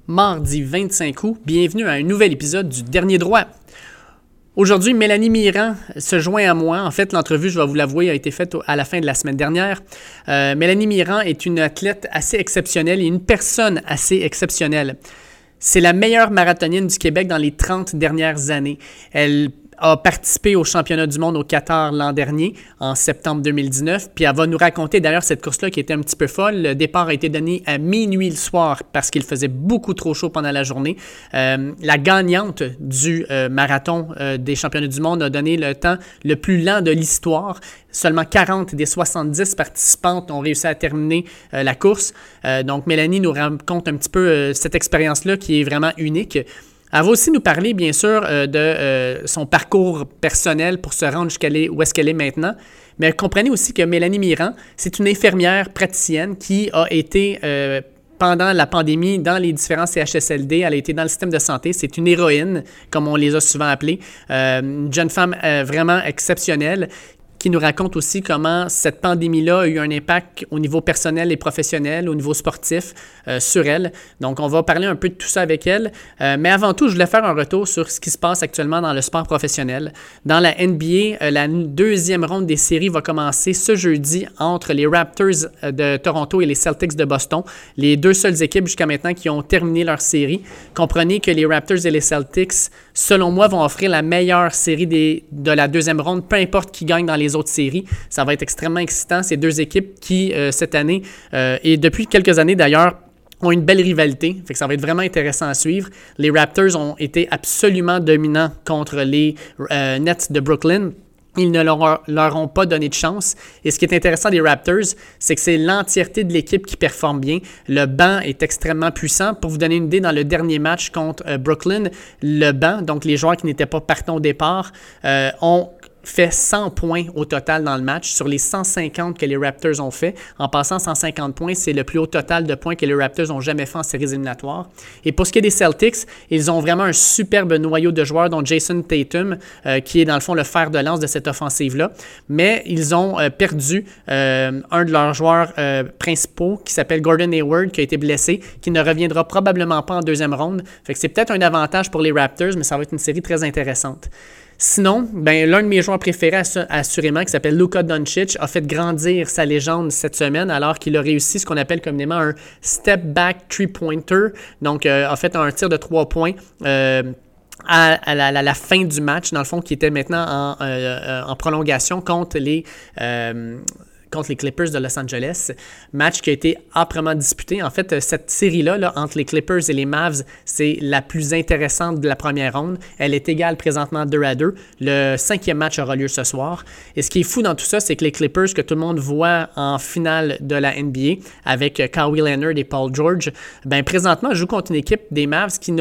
mardi 25 août. Bienvenue à un nouvel épisode du Dernier Droit. Aujourd'hui, Mélanie Mirand se joint à moi. En fait, l'entrevue, je vais vous l'avouer, a été faite à la fin de la semaine dernière. Mélanie Mirand est une athlète assez exceptionnelle et une personne assez exceptionnelle. C'est la meilleure marathonienne du Québec dans les 30 dernières années. Elle a participé au championnat du monde au Qatar l'an dernier, en septembre 2019. Puis elle va nous raconter d'ailleurs cette course-là qui était un petit peu folle. Le départ a été donné à minuit le soir parce qu'il faisait beaucoup trop chaud pendant la journée. La gagnante du marathon des championnats du monde a donné le temps le plus lent de l'histoire. Seulement 40 des 70 participantes ont réussi à terminer la course. Donc Mélanie nous raconte un petit peu cette expérience-là qui est vraiment unique. Elle va aussi nous parler, bien sûr, de son parcours personnel pour se rendre où est-ce qu'elle est maintenant. Mais comprenez aussi que Mélanie Mirand, c'est une infirmière praticienne qui a été, pendant la pandémie, dans les différents CHSLD. Elle a été dans le système de santé. C'est une héroïne, comme on les a souvent appelées. Une jeune femme vraiment exceptionnelle, qui nous raconte aussi comment cette pandémie-là a eu un impact au niveau personnel et professionnel, au niveau sportif, sur elle. Donc, on va parler un peu de tout ça avec elle. Mais avant tout, je voulais faire un retour sur ce qui se passe actuellement dans le sport professionnel. Dans la NBA, la deuxième ronde des séries va commencer ce jeudi entre les Raptors de Toronto et les Celtics de Boston. Les deux seules équipes jusqu'à maintenant qui ont terminé leur série. Comprenez que les Raptors et les Celtics, selon moi, vont offrir la meilleure série de la deuxième ronde, peu importe qui gagne dans les autres séries. Ça va être extrêmement excitant. Ces deux équipes qui, cette année, et depuis quelques années d'ailleurs, ont une belle rivalité. Fait que ça va être vraiment intéressant à suivre. Les Raptors ont été absolument dominants contre les Nets de Brooklyn. Ils ne leur ont pas donné de chance. Et ce qui est intéressant des Raptors, c'est que c'est l'entièreté de l'équipe qui performe bien. Le banc est extrêmement puissant. Pour vous donner une idée, dans le dernier match contre Brooklyn, le banc, donc les joueurs qui n'étaient pas partants au départ, ont fait 100 points au total dans le match sur les 150 que les Raptors ont fait. En passant 150 points, c'est le plus haut total de points que les Raptors ont jamais fait en séries éliminatoires. Et pour ce qui est des Celtics, ils ont vraiment un superbe noyau de joueurs, dont Jason Tatum, qui est dans le fond le fer de lance de cette offensive-là. Mais ils ont perdu un de leurs joueurs principaux, qui s'appelle Gordon Hayward, qui a été blessé, qui ne reviendra probablement pas en deuxième ronde. Fait que c'est peut-être un avantage pour les Raptors, mais ça va être une série très intéressante. Sinon, l'un de mes joueurs préférés, assurément, qui s'appelle Luka Doncic, a fait grandir sa légende cette semaine alors qu'il a réussi ce qu'on appelle communément un step-back three-pointer. Donc, a fait un tir de 3 points à la fin du match, dans le fond, qui était maintenant en prolongation contre les Clippers de Los Angeles. Match qui a été âprement disputé. En fait, cette série-là, entre les Clippers et les Mavs, c'est la plus intéressante de la première ronde. Elle est égale présentement 2-2. Le 5e match aura lieu ce soir. Et ce qui est fou dans tout ça, c'est que les Clippers, que tout le monde voit en finale de la NBA, avec Kawhi Leonard et Paul George, présentement, jouent contre une équipe des Mavs qui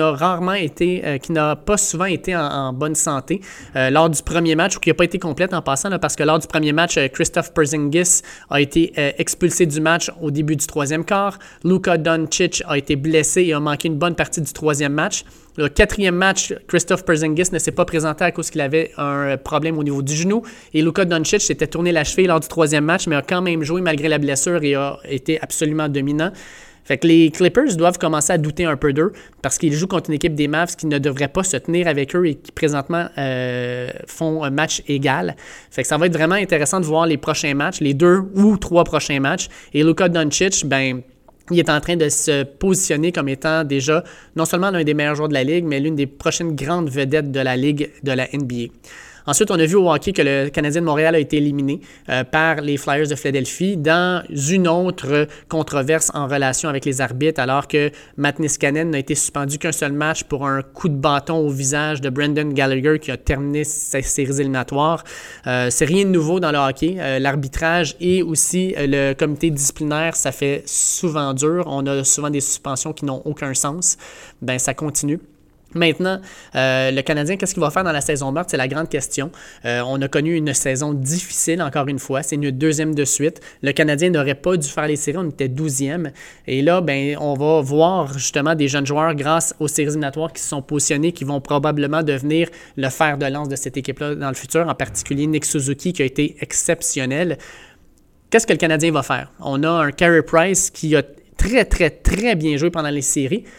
n'a pas souvent été en bonne santé. Lors du premier match, ou qui n'a pas été complète en passant, parce que lors du premier match, Kristaps Porzingis a été expulsé du match au début du troisième quart. Luka Doncic a été blessé et a manqué une bonne partie du troisième match. Le 4e match, Kristaps Porzingis ne s'est pas présenté à cause qu'il avait un problème au niveau du genou. Et Luka Doncic s'était tourné la cheville lors du 3e match, mais a quand même joué malgré la blessure et a été absolument dominant. Fait que les Clippers doivent commencer à douter un peu d'eux parce qu'ils jouent contre une équipe des Mavs qui ne devrait pas se tenir avec eux et qui présentement font un match égal. Fait que ça va être vraiment intéressant de voir les prochains matchs, les 2 ou 3 prochains matchs. Et Luka Doncic, il est en train de se positionner comme étant déjà non seulement l'un des meilleurs joueurs de la Ligue, mais l'une des prochaines grandes vedettes de la Ligue de la NBA. Ensuite, on a vu au hockey que le Canadien de Montréal a été éliminé par les Flyers de Philadelphie dans une autre controverse en relation avec les arbitres, alors que Matt Niskanen n'a été suspendu qu'un seul match pour un coup de bâton au visage de Brendan Gallagher qui a terminé ses séries éliminatoires. C'est rien de nouveau dans le hockey. L'arbitrage et aussi le comité disciplinaire, ça fait souvent dur. On a souvent des suspensions qui n'ont aucun sens. Ça continue. Maintenant, le Canadien, qu'est-ce qu'il va faire dans la saison morte? C'est la grande question. On a connu une saison difficile, encore une fois. C'est une deuxième de suite. Le Canadien n'aurait pas dû faire les séries. On était 12e. Et là, on va voir justement des jeunes joueurs grâce aux séries éliminatoires qui se sont positionnés, qui vont probablement devenir le fer de lance de cette équipe-là dans le futur, en particulier Nick Suzuki qui a été exceptionnel. Qu'est-ce que le Canadien va faire? On a un Carey Price qui a très, très, très bien joué pendant les séries.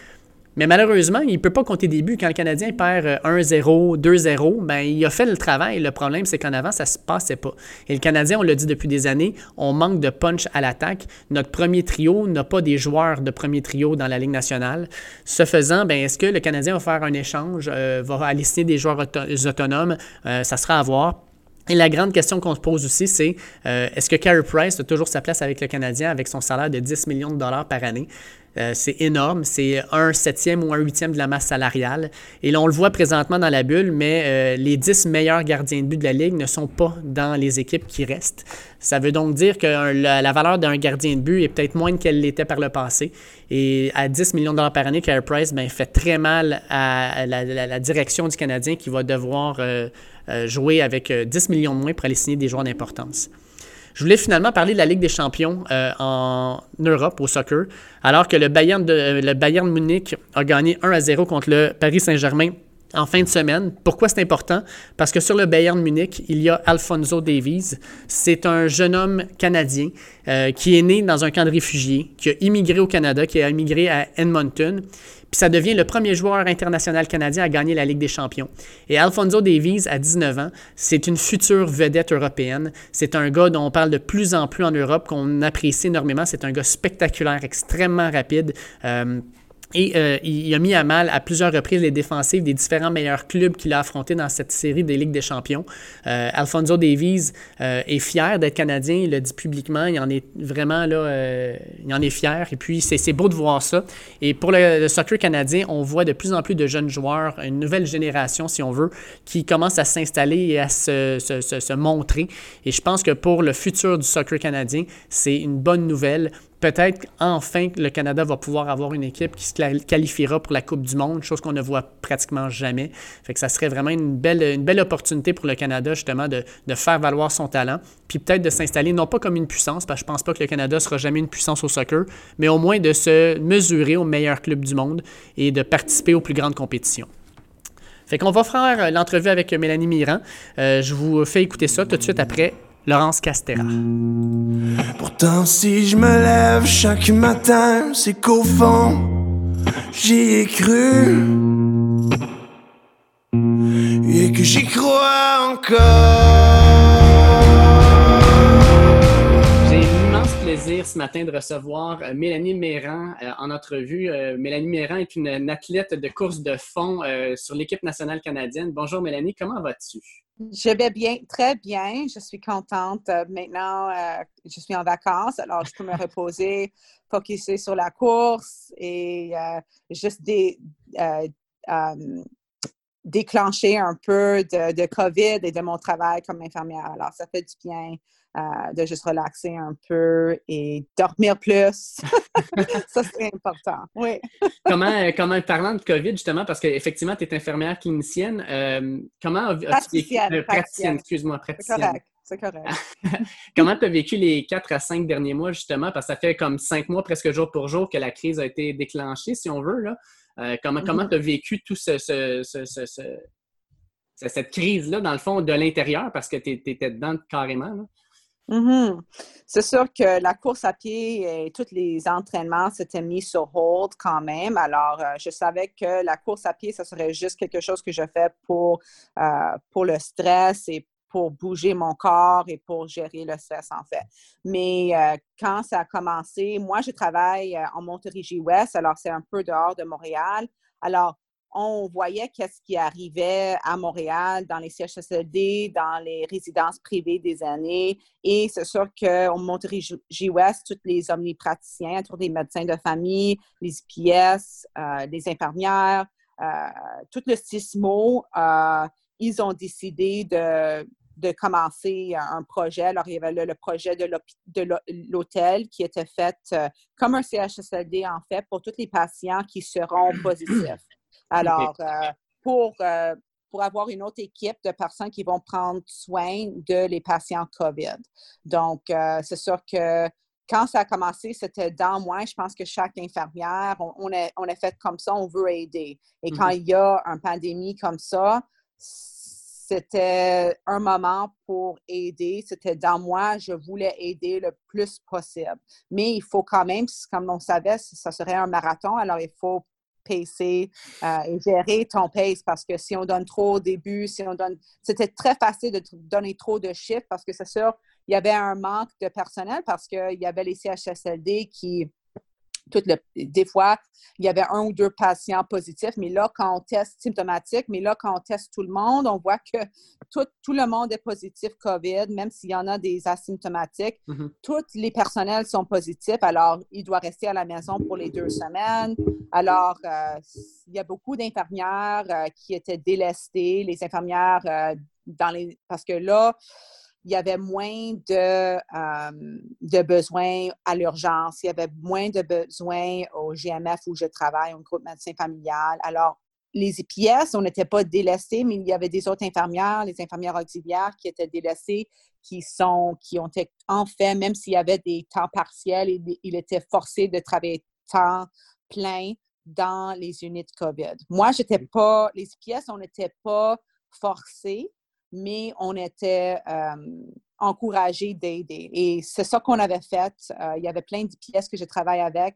Mais malheureusement, il ne peut pas compter des buts. Quand le Canadien perd 1-0, 2-0, ben, il a fait le travail. Le problème, c'est qu'en avant, ça ne se passait pas. Et le Canadien, on l'a dit depuis des années, on manque de punch à l'attaque. Notre premier trio n'a pas des joueurs de premier trio dans la Ligue nationale. Ce faisant, ben, est-ce que le Canadien va faire un échange, va aller signer des joueurs autonomes? Ça sera à voir. Et la grande question qu'on se pose aussi, c'est est-ce que Carey Price a toujours sa place avec le Canadien avec son salaire de 10 millions de dollars par année? C'est énorme, c'est un septième ou un huitième de la masse salariale. Et là, on le voit présentement dans la bulle, mais les 10 meilleurs gardiens de but de la Ligue ne sont pas dans les équipes qui restent. Ça veut donc dire que la valeur d'un gardien de but est peut-être moins qu'elle l'était par le passé. Et à 10 millions de dollars par année, Carey Price fait très mal à la direction du Canadien qui va devoir jouer avec 10 millions de moins pour aller signer des joueurs d'importance. Je voulais finalement parler de la Ligue des champions en Europe au soccer, alors que le Bayern Munich a gagné 1-0 contre le Paris Saint-Germain en fin de semaine. Pourquoi c'est important? Parce que sur le Bayern Munich, il y a Alphonso Davies. C'est un jeune homme canadien qui est né dans un camp de réfugiés, qui a immigré au Canada, qui a immigré à Edmonton. Puis ça devient le premier joueur international canadien à gagner la Ligue des champions. Et Alphonso Davies, à 19 ans, c'est une future vedette européenne. C'est un gars dont on parle de plus en plus en Europe, qu'on apprécie énormément. C'est un gars spectaculaire, extrêmement rapide. Il a mis à mal à plusieurs reprises les défensives des différents meilleurs clubs qu'il a affrontés dans cette série des Ligues des champions. Alphonso Davies est fier d'être Canadien, il le dit publiquement, il en est vraiment là, il en est fier. Et puis, c'est beau de voir ça. Et pour le soccer canadien, on voit de plus en plus de jeunes joueurs, une nouvelle génération, si on veut, qui commence à s'installer et à se montrer. Et je pense que pour le futur du soccer canadien, c'est une bonne nouvelle. Peut-être qu'enfin, le Canada va pouvoir avoir une équipe qui se qualifiera pour la Coupe du Monde, chose qu'on ne voit pratiquement jamais. Fait que ça serait vraiment une belle opportunité pour le Canada, justement, de faire valoir son talent, puis peut-être de s'installer, non pas comme une puissance, parce que je ne pense pas que le Canada sera jamais une puissance au soccer, mais au moins de se mesurer aux meilleurs clubs du monde et de participer aux plus grandes compétitions. Fait qu'on va faire l'entrevue avec Mélanie Mirand. Je vous fais écouter ça tout de suite après Laurence Castera. Pourtant si je me lève chaque matin, c'est qu'au fond j'y ai cru et que j'y crois encore. J'ai l'immense plaisir ce matin de recevoir Mélanie Mirand en entrevue. Mélanie Mirand est une athlète de course de fond sur l'équipe nationale canadienne. Bonjour Mélanie, comment vas-tu? Je vais bien, très bien. Je suis contente. Maintenant, je suis en vacances, alors je peux me reposer, focusser sur la course et juste déclencher un peu de COVID et de mon travail comme infirmière. Alors, ça fait du bien de juste relaxer un peu et dormir plus. Ça, c'est important. Oui. Comment, parlant de COVID, justement, parce qu'effectivement, tu es infirmière clinicienne, comment as-tu vécu... Praticienne, excuse-moi, praticienne. C'est correct. Comment tu as vécu les 4 à 5 derniers mois, justement, parce que ça fait comme 5 mois, presque jour pour jour, que la crise a été déclenchée, si on veut, là. Comment tu as vécu tout cette crise-là, dans le fond, de l'intérieur, parce que tu étais dedans carrément, là? Mm-hmm. C'est sûr que la course à pied et tous les entraînements s'étaient mis sur hold quand même. Alors, je savais que la course à pied, ça serait juste quelque chose que je fais pour le stress et pour bouger mon corps et pour gérer le stress, en fait. Mais quand ça a commencé, moi, je travaille en Montérégie-Ouest, alors c'est un peu dehors de Montréal. Alors, on voyait qu'est-ce qui arrivait à Montréal, dans les CHSLD, dans les résidences privées des aînés. Et c'est sûr qu'au Montérégie-Ouest, tous les omnipraticiens, tous les médecins de famille, les IPS, les infirmières, tout le CISMO, ils ont décidé de commencer un projet. Alors, il y avait le projet de l'hôtel qui était fait comme un CHSLD, en fait, pour tous les patients qui seront positifs. Alors, pour avoir une autre équipe de personnes qui vont prendre soin les patients COVID. Donc, c'est sûr que quand ça a commencé, c'était dans moi. Je pense que chaque infirmière, on est fait comme ça, on veut aider. Et quand il y a une pandémie comme ça, c'était un moment pour aider. C'était dans moi, je voulais aider le plus possible. Mais il faut quand même, comme on savait, ça serait un marathon, alors il faut pacer et gérer ton pace parce que si on donne trop au début, c'était très facile de donner trop de chiffres parce que c'est sûr, il y avait un manque de personnel parce qu'il y avait les CHSLD qui des fois, il y avait 1 ou 2 patients positifs, mais là, quand on teste symptomatique, mais là, quand on teste tout le monde, on voit que tout le monde est positif COVID, même s'il y en a des asymptomatiques. Tous les personnels sont positifs, alors il doit rester à la maison pour les 2 semaines. Alors, il y a beaucoup d'infirmières qui étaient délestées, les infirmières parce que là, il y avait moins de besoins à l'urgence. Il y avait moins de besoins au GMF où je travaille, au groupe médecin familial. Alors, les IPS, on n'était pas délestés, mais il y avait des autres infirmières, les infirmières auxiliaires qui étaient délestées, qui ont été, en fait, même s'il y avait des temps partiels, il était forcé de travailler temps plein dans les unités COVID. Moi, les IPS, on n'était pas forcés, mais on était encouragés d'aider. Et c'est ça qu'on avait fait. Il y avait plein d'IPS que je travaille avec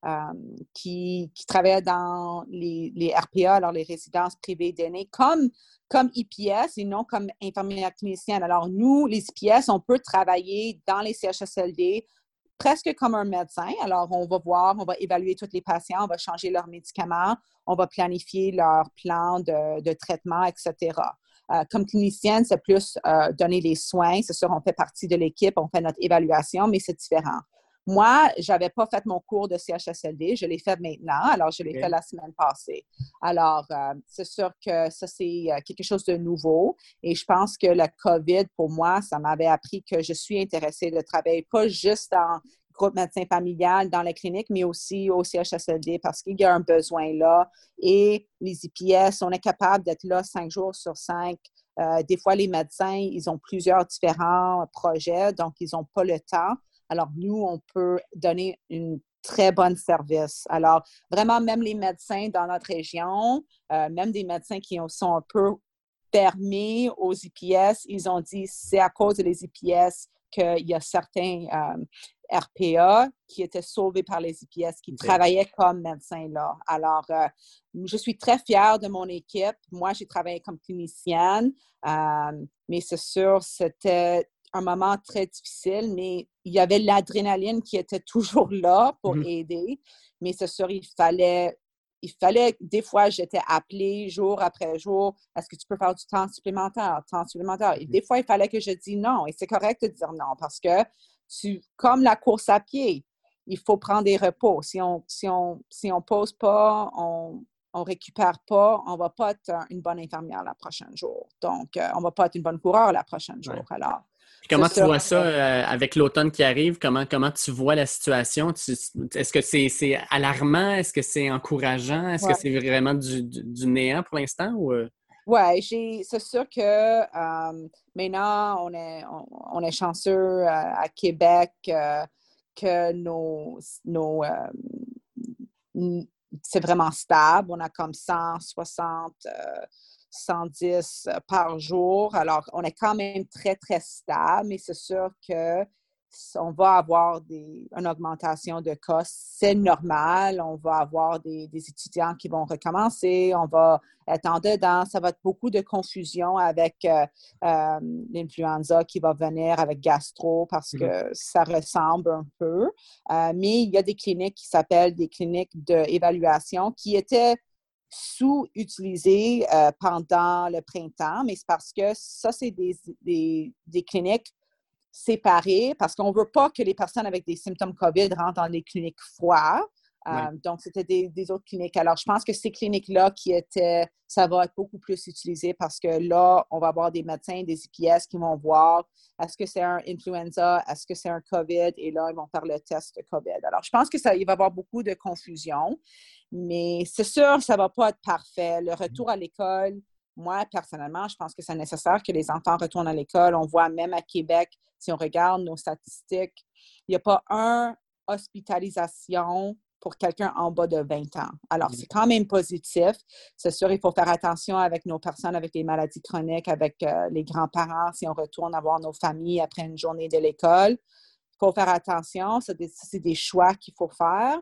qui travaillaient dans les RPA, alors les résidences privées d'aînés, comme IPS et non comme infirmière clinicienne. Alors nous, les IPS, on peut travailler dans les CHSLD presque comme un médecin. Alors, on va évaluer tous les patients, on va changer leurs médicaments, on va planifier leur plan de traitement, etc. Comme clinicienne, c'est plus donner les soins. C'est sûr, on fait partie de l'équipe, on fait notre évaluation, mais c'est différent. Moi, je n'avais pas fait mon cours de CHSLD. Je l'ai fait maintenant. Alors, je l'ai fait la semaine passée. Alors, c'est sûr que ça, c'est quelque chose de nouveau. Et je pense que la COVID, pour moi, ça m'avait appris que je suis intéressée de travailler pas juste en groupe médecin familial dans la clinique, mais aussi au CHSLD parce qu'il y a un besoin là. Et les IPS, on est capable d'être là 5 jours sur 5. Des fois, les médecins, ils ont plusieurs différents projets, donc ils n'ont pas le temps. Alors, nous, on peut donner une très bonne service. Alors, vraiment, même les médecins dans notre région, même des médecins qui sont un peu fermés aux IPS, ils ont dit c'est à cause des IPS qu'il y a certains RPA qui étaient sauvés par les IPS, qui travaillaient comme médecins là. Alors, je suis très fière de mon équipe. Moi, j'ai travaillé comme clinicienne, mais c'est sûr, c'était un moment très difficile, mais il y avait l'adrénaline qui était toujours là pour aider. Mais c'est sûr, il fallait, des fois, j'étais appelée jour après jour, est-ce que tu peux faire du temps supplémentaire? Et des fois, il fallait que je dise non. Et c'est correct de dire non parce que comme la course à pied, il faut prendre des repos. Si on pose pas, on récupère pas, on va pas être une bonne infirmière la prochaine jour. Donc, on va pas être une bonne coureur la prochaine jour. Alors, puis comment tu vois ça avec l'automne qui arrive? Comment tu vois la situation? Est-ce que c'est alarmant? Est-ce que c'est encourageant? Est-ce que c'est vraiment du néant pour l'instant? Oui, c'est sûr que maintenant, on est chanceux à Québec que c'est vraiment stable. On a comme 160, 110 par jour. Alors, on est quand même très, très stable, mais c'est sûr que on va avoir une augmentation de cas. C'est normal. On va avoir des étudiants qui vont recommencer. On va être en dedans. Ça va être beaucoup de confusion avec l'influenza qui va venir avec gastro parce que ça ressemble un peu. Mais il y a des cliniques qui s'appellent des cliniques d'évaluation qui étaient sous-utilisées pendant le printemps, mais c'est parce que ça, c'est des cliniques séparés parce qu'on ne veut pas que les personnes avec des symptômes COVID rentrent dans les cliniques froides. Donc, c'était des autres cliniques. Alors, je pense que ces cliniques-là ça va être beaucoup plus utilisé parce que là, on va avoir des médecins, des IPS qui vont voir est-ce que c'est un influenza, est-ce que c'est un COVID, et là, ils vont faire le test de COVID. Alors, je pense qu'il va y avoir beaucoup de confusion, mais c'est sûr, ça ne va pas être parfait. Le retour à l'école, moi, personnellement, je pense que c'est nécessaire que les enfants retournent à l'école. On voit même à Québec, si on regarde nos statistiques, il n'y a pas une hospitalisation pour quelqu'un en bas de 20 ans. Alors, c'est quand même positif. C'est sûr, il faut faire attention avec nos personnes avec les maladies chroniques, avec les grands-parents, si on retourne voir nos familles après une journée de l'école. Il faut faire attention. C'est des choix qu'il faut faire.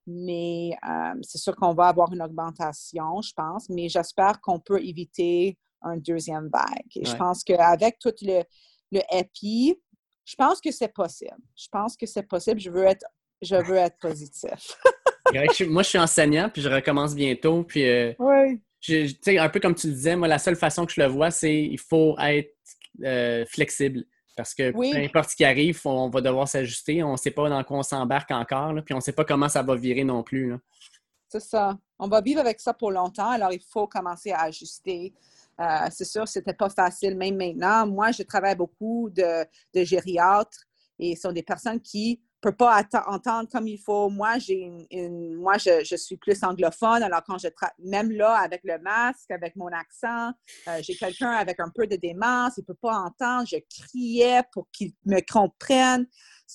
mais c'est sûr qu'on va avoir une augmentation, je pense, mais j'espère qu'on peut éviter une deuxième vague. Et je pense qu'avec tout le EPI, je pense que c'est possible. Je pense que c'est possible. Je veux être positif. Moi, je suis enseignant, puis je recommence bientôt. Puis, Oui. tu sais, un peu comme tu le disais, moi, la seule façon que je le vois, c'est qu'il faut être flexible. Parce que peu importe ce qui arrive, on va devoir s'ajuster. On ne sait pas dans quoi on s'embarque encore, là, puis on ne sait pas comment ça va virer non plus, là. C'est ça. On va vivre avec ça pour longtemps, alors il faut commencer à ajuster. C'est sûr, c'était pas facile, même maintenant. Moi, je travaille beaucoup de gériatres et ce sont des personnes qui ne peuvent pas entendre comme il faut. Moi, je suis plus anglophone, alors quand même là, avec le masque, avec mon accent, j'ai quelqu'un avec un peu de démence, il ne peut pas entendre, je criais pour qu'il me comprenne.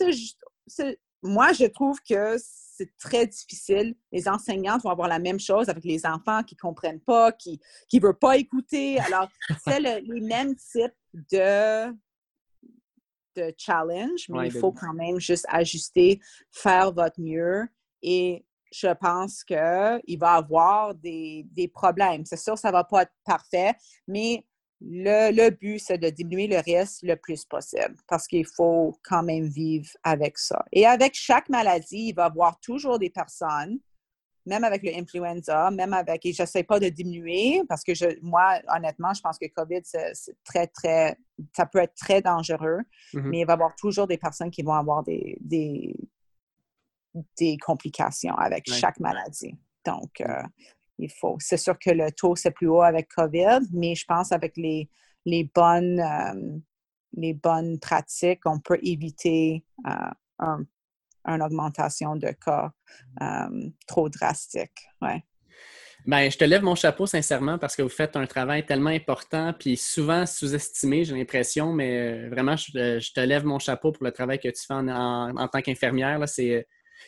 Moi, je trouve que c'est très difficile. Les enseignantes vont avoir la même chose avec les enfants qui ne comprennent pas, qui ne veulent pas écouter. Alors, c'est les mêmes types de challenge, mais il faut quand même juste ajuster, faire votre mieux. Et je pense qu'il va y avoir des problèmes. C'est sûr, ça ne va pas être parfait, mais le but, c'est de diminuer le risque le plus possible parce qu'il faut quand même vivre avec ça. Et avec chaque maladie, il va y avoir toujours des personnes, même avec l'influenza, et je n'essaie pas de diminuer parce que moi, honnêtement, je pense que COVID, c'est très, très, ça peut être très dangereux, mais il va y avoir toujours des personnes qui vont avoir des complications avec chaque maladie. Donc, c'est sûr que le taux, c'est plus haut avec COVID, mais je pense avec les bonnes pratiques, on peut éviter une augmentation de cas trop drastique. Ouais. Ben, je te lève mon chapeau sincèrement parce que vous faites un travail tellement important puis souvent sous-estimé, j'ai l'impression, mais vraiment, je te lève mon chapeau pour le travail que tu fais en tant qu'infirmière. Là. C'est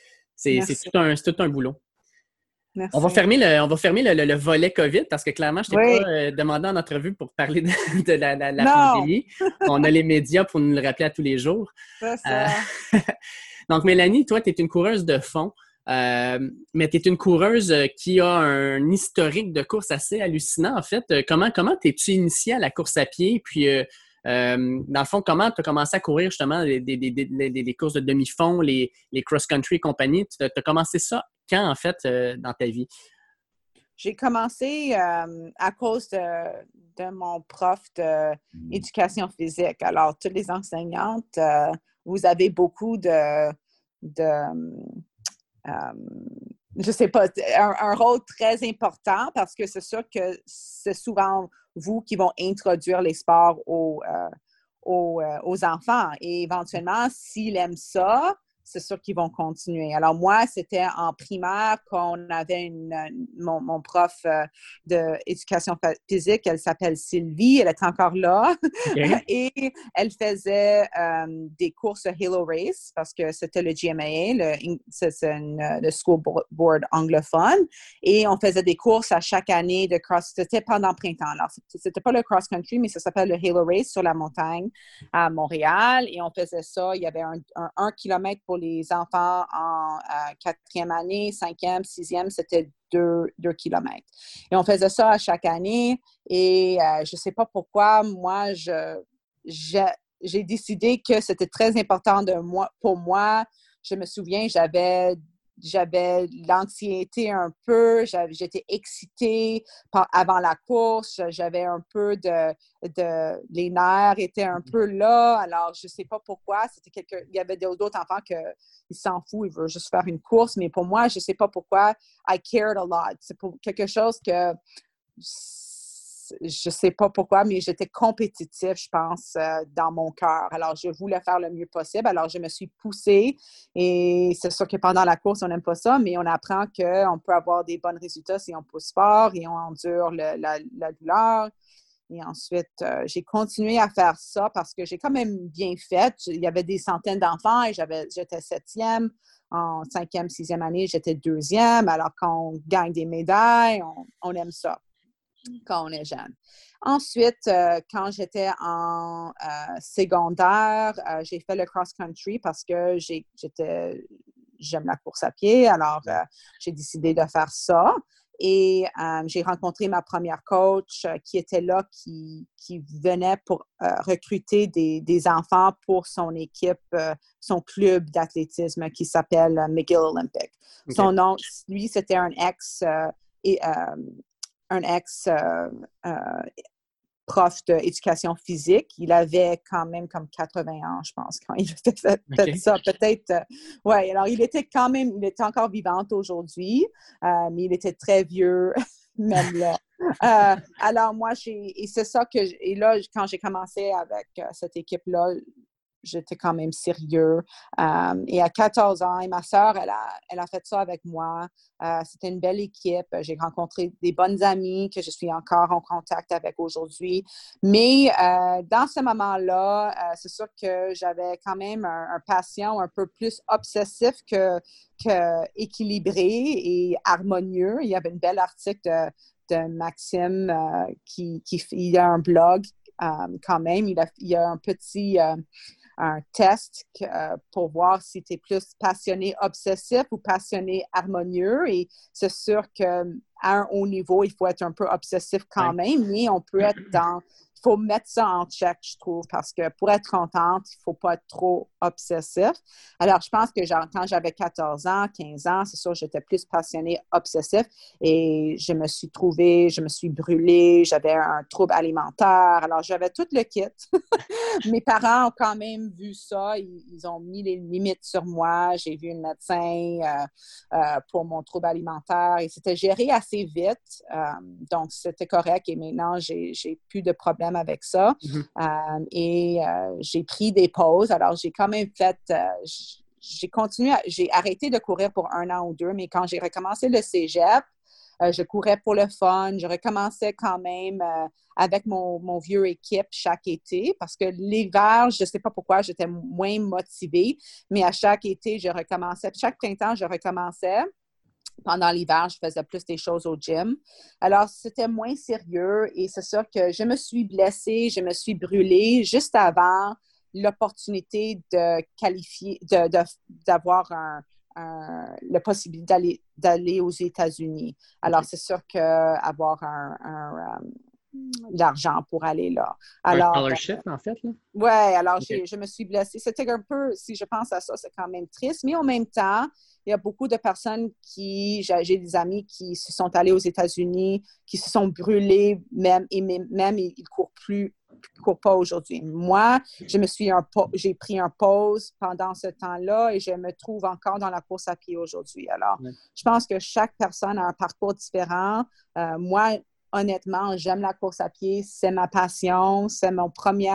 tout un boulot. Merci. On va fermer le volet COVID parce que clairement, je ne t'ai pas demandé en entrevue pour parler de la pandémie. On a les médias pour nous le rappeler à tous les jours. C'est ça. Donc, Mélanie, toi, tu es une coureuse de fond, mais tu es une coureuse qui a un historique de course assez hallucinant, en fait. Comment t'es-tu initiée à la course à pied? Puis, dans le fond, comment tu as commencé à courir justement les courses de demi-fond, les cross-country et compagnie? Tu as commencé ça quand, en fait, dans ta vie? J'ai commencé à cause de mon prof d'éducation physique. Alors, toutes les enseignantes, vous avez beaucoup je sais pas, un rôle très important parce que c'est sûr que c'est souvent vous qui vont introduire les sports aux enfants. Et éventuellement, s'ils aiment ça, c'est sûr qu'ils vont continuer. Alors moi, c'était en primaire qu'on avait mon prof d'éducation physique, elle s'appelle Sylvie, elle est encore là. Okay. Et elle faisait des courses Halo Race parce que c'était le GMAA, le School Board anglophone. Et on faisait des courses à chaque année de cross. C'était pendant le printemps. Alors, c'était pas le cross-country, mais ça s'appelle le Halo Race sur la montagne à Montréal. Et on faisait ça. Il y avait un kilomètre pour les enfants en quatrième année, cinquième, sixième, c'était 2 kilomètres. Et on faisait ça à chaque année. Et je ne sais pas pourquoi, moi, j'ai décidé que c'était très important pour moi. Je me souviens, j'avais l'anxiété un peu, j'étais excitée avant la course, j'avais un peu les nerfs étaient un peu là, alors je ne sais pas pourquoi, il y avait d'autres enfants qui s'en foutent, ils veulent juste faire une course, mais pour moi, je ne sais pas pourquoi, I cared a lot. C'est pour quelque chose que je ne sais pas pourquoi, mais j'étais compétitive, je pense, dans mon cœur. Alors, je voulais faire le mieux possible. Alors, je me suis poussée et c'est sûr que pendant la course, on n'aime pas ça, mais on apprend qu'on peut avoir des bons résultats si on pousse fort et on endure la douleur. Et ensuite, j'ai continué à faire ça parce que j'ai quand même bien fait. Il y avait des centaines d'enfants et j'étais septième. En cinquième, sixième année, j'étais deuxième. Alors, quand on gagne des médailles, on aime ça quand on est jeune. Ensuite, quand j'étais en secondaire, j'ai fait le cross-country parce que j'aime la course à pied. Alors, j'ai décidé de faire ça. Et j'ai rencontré ma première coach qui était là, qui venait pour recruter des enfants pour son équipe, son club d'athlétisme qui s'appelle McGill Olympic. Okay. Son nom, lui, c'était un ex prof d'éducation physique. Il avait quand même comme 80 ans, je pense, quand il a fait ça. Peut-être, oui, alors il était encore vivant aujourd'hui, mais il était très vieux, même là. Alors moi, et c'est ça et là, quand j'ai commencé avec cette équipe-là, j'étais quand même sérieux. Et à 14 ans, et ma sœur, elle a fait ça avec moi. C'était une belle équipe. J'ai rencontré des bonnes amies que je suis encore en contact avec aujourd'hui. Mais dans ce moment-là, c'est sûr que j'avais quand même un passion un peu plus obsessif que équilibré et harmonieux. Il y avait une belle article de Maxime il a un blog quand même. Il y a un petit... un test pour voir si tu es plus passionné obsessif ou passionné harmonieux. Et c'est sûr qu'à un haut niveau, il faut être un peu obsessif quand même, mais on peut être il faut mettre ça en check, je trouve, parce que pour être contente, il ne faut pas être trop obsessif. Alors, je pense que quand j'avais 14 ans, 15 ans, c'est sûr, j'étais plus passionnée, obsessif, et je me suis brûlée, j'avais un trouble alimentaire, alors j'avais tout le kit. Mes parents ont quand même vu ça, ils ont mis les limites sur moi, j'ai vu une médecin pour mon trouble alimentaire, et c'était géré assez vite, donc c'était correct, et maintenant, j'ai plus de problèmes avec ça. Et j'ai pris des pauses. Alors, j'ai quand même fait... j'ai arrêté de courir pour 1 an ou 2, mais quand j'ai recommencé le cégep, je courais pour le fun. Je recommençais quand même avec mon vieux équipe chaque été parce que l'hiver, je ne sais pas pourquoi, j'étais moins motivée, mais à chaque été, je recommençais. Chaque printemps, je recommençais. Pendant l'hiver, je faisais plus des choses au gym. Alors, c'était moins sérieux et c'est sûr que je me suis blessée, je me suis brûlée juste avant l'opportunité de qualifier, d'avoir la possibilité d'aller aux États-Unis. Alors, c'est sûr qu'avoir l'argent pour aller là. Alors, un scholarship, en fait, là? Oui, alors je me suis blessée. C'était un peu, si je pense à ça, c'est quand même triste, mais en même temps, il y a beaucoup de personnes j'ai des amis qui se sont allés aux États-Unis, qui se sont brûlés même, et même ils ne courent pas aujourd'hui. Moi, j'ai pris un pause pendant ce temps-là et je me trouve encore dans la course à pied aujourd'hui. Alors, je pense que chaque personne a un parcours différent. Moi, honnêtement, j'aime la course à pied. C'est ma passion. C'est mon premier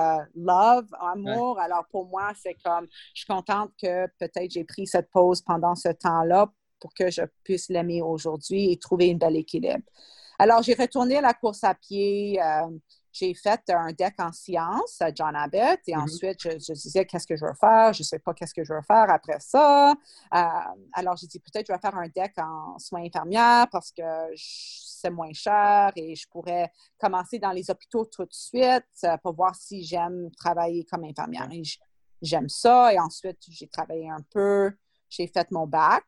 amour. Ouais. Alors, pour moi, c'est comme, je suis contente que peut-être j'ai pris cette pause pendant ce temps-là pour que je puisse l'aimer aujourd'hui et trouver un bel équilibre. Alors, j'ai retourné à la course à pied. J'ai fait un deck en sciences à John Abbott et ensuite, je disais qu'est-ce que je veux faire. Je ne sais pas qu'est-ce que je veux faire après ça. Alors, j'ai dit peut-être je vais faire un deck en soins infirmières parce que c'est moins cher et je pourrais commencer dans les hôpitaux tout de suite pour voir si j'aime travailler comme infirmière. Et j'aime ça. Et ensuite, j'ai travaillé un peu. J'ai fait mon bac.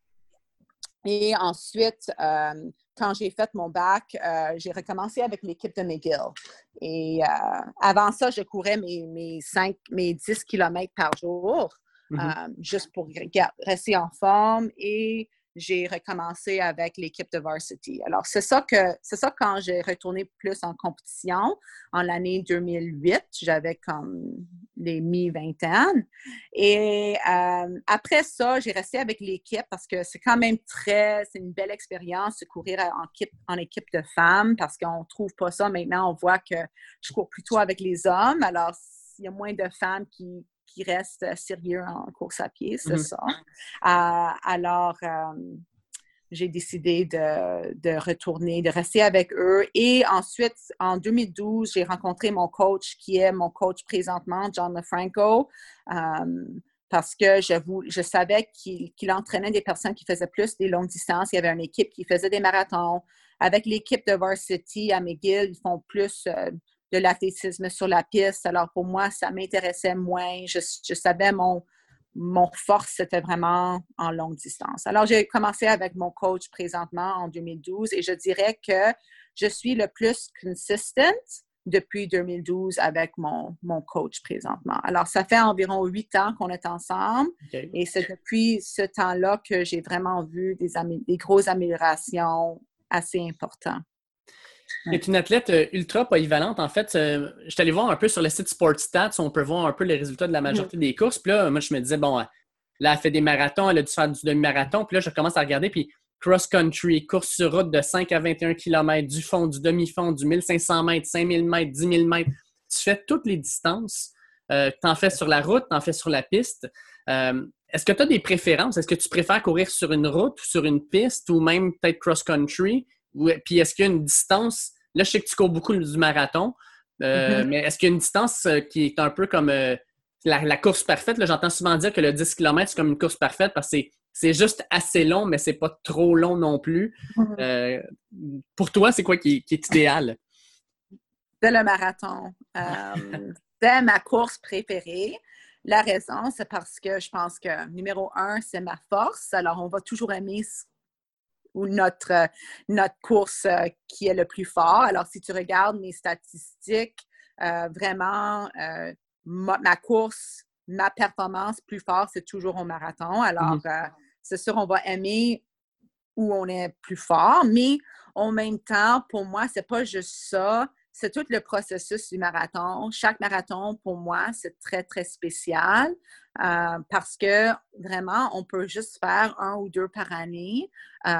Et ensuite, quand j'ai fait mon bac, j'ai recommencé avec l'équipe de McGill. Et avant ça, je courais mes 10 kilomètres par jour, juste pour rester en forme. Et j'ai recommencé avec l'équipe de Varsity. Alors, c'est ça quand j'ai retourné plus en compétition, en l'année 2008, j'avais comme les mi-vingtaines. Et après ça, j'ai resté avec l'équipe parce que c'est quand même c'est une belle expérience de courir en équipe de femmes parce qu'on ne trouve pas ça maintenant. On voit que je cours plutôt avec les hommes. Alors, il y a moins de femmes qui restent sérieux en course à pied, c'est ça. Alors, j'ai décidé de retourner, de rester avec eux. Et ensuite, en 2012, j'ai rencontré mon coach, qui est mon coach présentement, John LaFranco, parce que je savais qu'il entraînait des personnes qui faisaient plus des longues distances. Il y avait une équipe qui faisait des marathons. Avec l'équipe de Varsity à McGill, ils font plus de l'athlétisme sur la piste. Alors, pour moi, ça m'intéressait moins. Je savais mon force, c'était vraiment en longue distance. Alors, j'ai commencé avec mon coach présentement en 2012 et je dirais que je suis le plus consistent depuis 2012 avec mon coach présentement. Alors, ça fait environ 8 ans qu'on est ensemble et c'est depuis ce temps-là que j'ai vraiment vu des grosses améliorations assez importantes. Tu es une athlète ultra polyvalente. En fait, je suis allé voir un peu sur le site Sports Stats, on peut voir un peu les résultats de la majorité des courses. Puis là, moi, je me disais, bon, là, elle fait des marathons, elle a dû faire du demi-marathon. Puis là, je commence à regarder, puis cross-country, course sur route de 5 à 21 km, du fond, du demi-fond, du 1500 mètres, 5000 mètres, 10 000 mètres. Tu fais toutes les distances. Tu en fais sur la route, tu en fais sur la piste. Est-ce que tu as des préférences? Est-ce que tu préfères courir sur une route ou sur une piste ou même peut-être cross-country? Puis est-ce qu'il y a une distance? Là, je sais que tu cours beaucoup du marathon, mais est-ce qu'il y a une distance qui est un peu comme la course parfaite? Là, j'entends souvent dire que le 10 km, c'est comme une course parfaite parce que c'est juste assez long, mais c'est pas trop long non plus. Pour toi, c'est quoi qui est idéal? C'est le marathon. C'est ma course préférée. La raison, c'est parce que je pense que numéro 1, c'est ma force. Alors, on va toujours aimer ou notre course qui est le plus fort. Alors, si tu regardes mes statistiques, vraiment, ma course, ma performance plus forte, c'est toujours au marathon. Alors, c'est sûr, on va aimer où on est plus fort, mais en même temps, pour moi, c'est pas juste ça. C'est tout le processus du marathon. Chaque marathon, pour moi, c'est très, très spécial parce que vraiment, on peut juste faire 1 ou 2 par année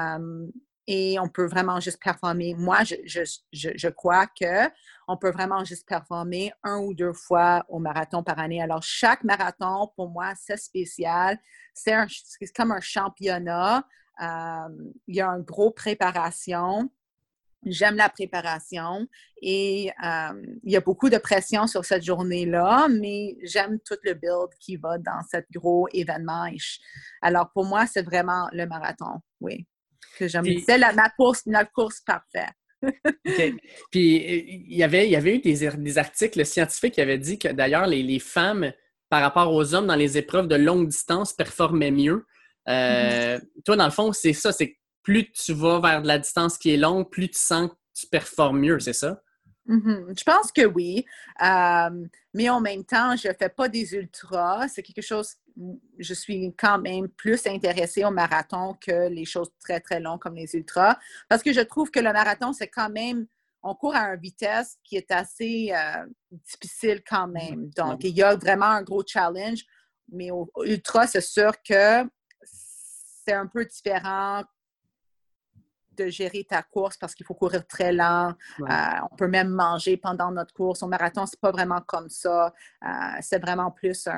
et on peut vraiment juste performer. Moi, je crois qu'on peut vraiment juste performer 1 ou 2 fois au marathon par année. Alors, chaque marathon, pour moi, c'est spécial. C'est comme un championnat. Il y a une grosse préparation. J'aime la préparation et il y a beaucoup de pression sur cette journée-là, mais j'aime tout le build qui va dans ce gros événement. Alors, pour moi, c'est vraiment le marathon, oui, que j'aime. C'est notre course parfaite. OK. Puis, il y avait eu des articles scientifiques qui avaient dit que, d'ailleurs, les femmes, par rapport aux hommes dans les épreuves de longue distance, performaient mieux. Toi, dans le fond, c'est ça, c'est plus tu vas vers de la distance qui est longue, plus tu sens que tu performes mieux, c'est ça? Je pense que oui. Mais en même temps, je ne fais pas des ultras. C'est quelque chose, je suis quand même plus intéressée au marathon que les choses très, très longues comme les ultras. Parce que je trouve que le marathon, c'est quand même, on court à une vitesse qui est assez difficile quand même. Donc, il y a vraiment un gros challenge. Mais au ultra, c'est sûr que c'est un peu différent de gérer ta course parce qu'il faut courir très lent. On peut même manger pendant notre course. Au marathon, c'est pas vraiment comme ça. C'est vraiment plus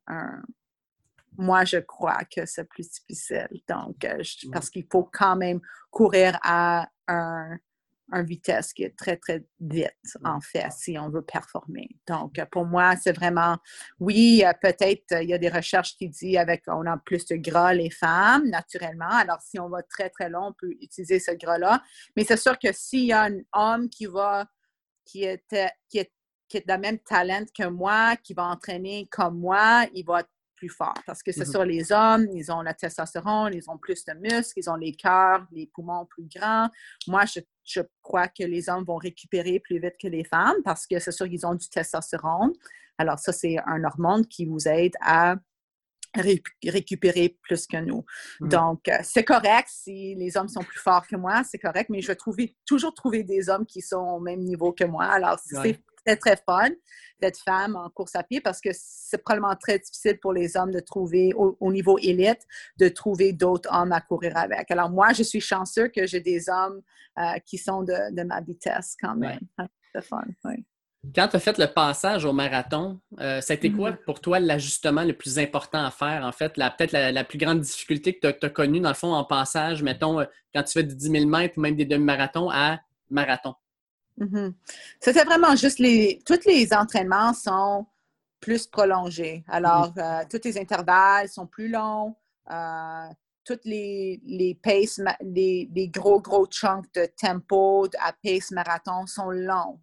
Moi, je crois que c'est plus difficile. Donc, parce qu'il faut quand même courir à une vitesse qui est très, très vite, en fait, si on veut performer. Donc, pour moi, c'est vraiment, oui, peut-être, il y a des recherches qui disent on a plus de gras les femmes, naturellement. Alors, si on va très, très long, on peut utiliser ce gras-là. Mais c'est sûr que s'il y a un homme qui est de la même talent que moi, qui va entraîner comme moi, il va être plus fort. Parce que c'est sûr, les hommes, ils ont la testostérone, ils ont plus de muscles, ils ont les cœurs, les poumons plus grands. Moi, je crois que les hommes vont récupérer plus vite que les femmes parce que c'est sûr qu'ils ont du testostérone. Alors ça, c'est un hormone qui vous aide à récupérer plus que nous. Donc, c'est correct si les hommes sont plus forts que moi, c'est correct, mais je vais toujours trouver des hommes qui sont au même niveau que moi. Alors, c'est très, très fun d'être femme en course à pied parce que c'est probablement très difficile pour les hommes de trouver, au niveau élite, de trouver d'autres hommes à courir avec. Alors, moi, je suis chanceux que j'ai des hommes qui sont de ma vitesse quand même. C'est fun, oui. Quand tu as fait le passage au marathon, ça a été quoi pour toi l'ajustement le plus important à faire? En fait, peut-être la plus grande difficulté que tu as connue, dans le fond, en passage, mettons, quand tu fais du 10 000 mètres ou même des demi-marathons à marathon? C'était vraiment juste tous les entraînements sont plus prolongés. Alors, tous les intervalles sont plus longs. Toutes les paces, les gros chunks de tempo à pace marathon sont longs.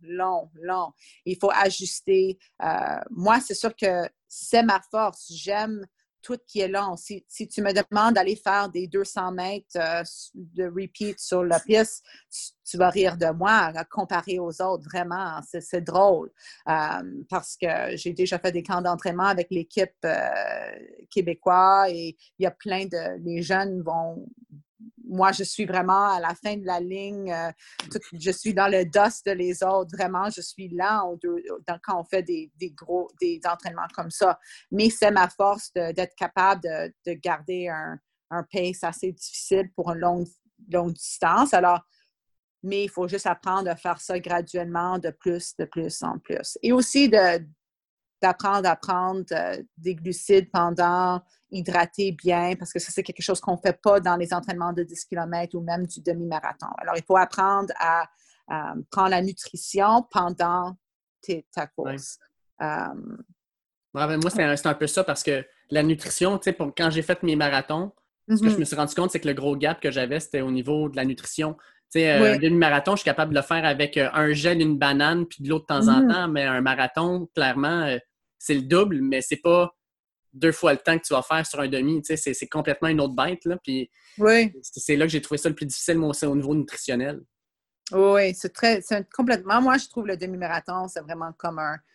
Il faut ajuster. Moi, c'est sûr que c'est ma force. J'aime tout qui est long. Si tu me demandes d'aller faire des 200 mètres de repeat sur la piste, tu vas rire de moi comparé aux autres. Vraiment, c'est drôle. Parce que j'ai déjà fait des camps d'entraînement avec l'équipe québécoise et il y a plein de... Les jeunes vont... Moi, je suis vraiment à la fin de la ligne. Je suis dans le dust de les autres. Vraiment, je suis là quand on fait des entraînements comme ça. Mais c'est ma force d'être capable de garder un pace assez difficile pour une longue distance. Alors, mais il faut juste apprendre à faire ça graduellement, de plus en plus. Et aussi d'apprendre à prendre des glucides pendant, hydrater bien, parce que ça, c'est quelque chose qu'on ne fait pas dans les entraînements de 10 km ou même du demi-marathon. Alors, il faut apprendre à prendre la nutrition pendant ta course. Ouais. Moi, c'est un peu ça parce que la nutrition, tu sais, quand j'ai fait mes marathons, ce que je me suis rendu compte, c'est que le gros gap que j'avais, c'était au niveau de la nutrition. Tu sais, un demi-marathon, je suis capable de le faire avec un gel, une banane, puis de l'eau de temps en temps, mais un marathon, clairement, c'est le double, mais c'est pas 2 fois le temps que tu vas faire sur un demi. Tu sais, c'est complètement une autre bête, là. Puis c'est là que j'ai trouvé ça le plus difficile, moi aussi, au niveau nutritionnel. Oui, complètement. Moi, je trouve le demi-marathon, c'est vraiment comme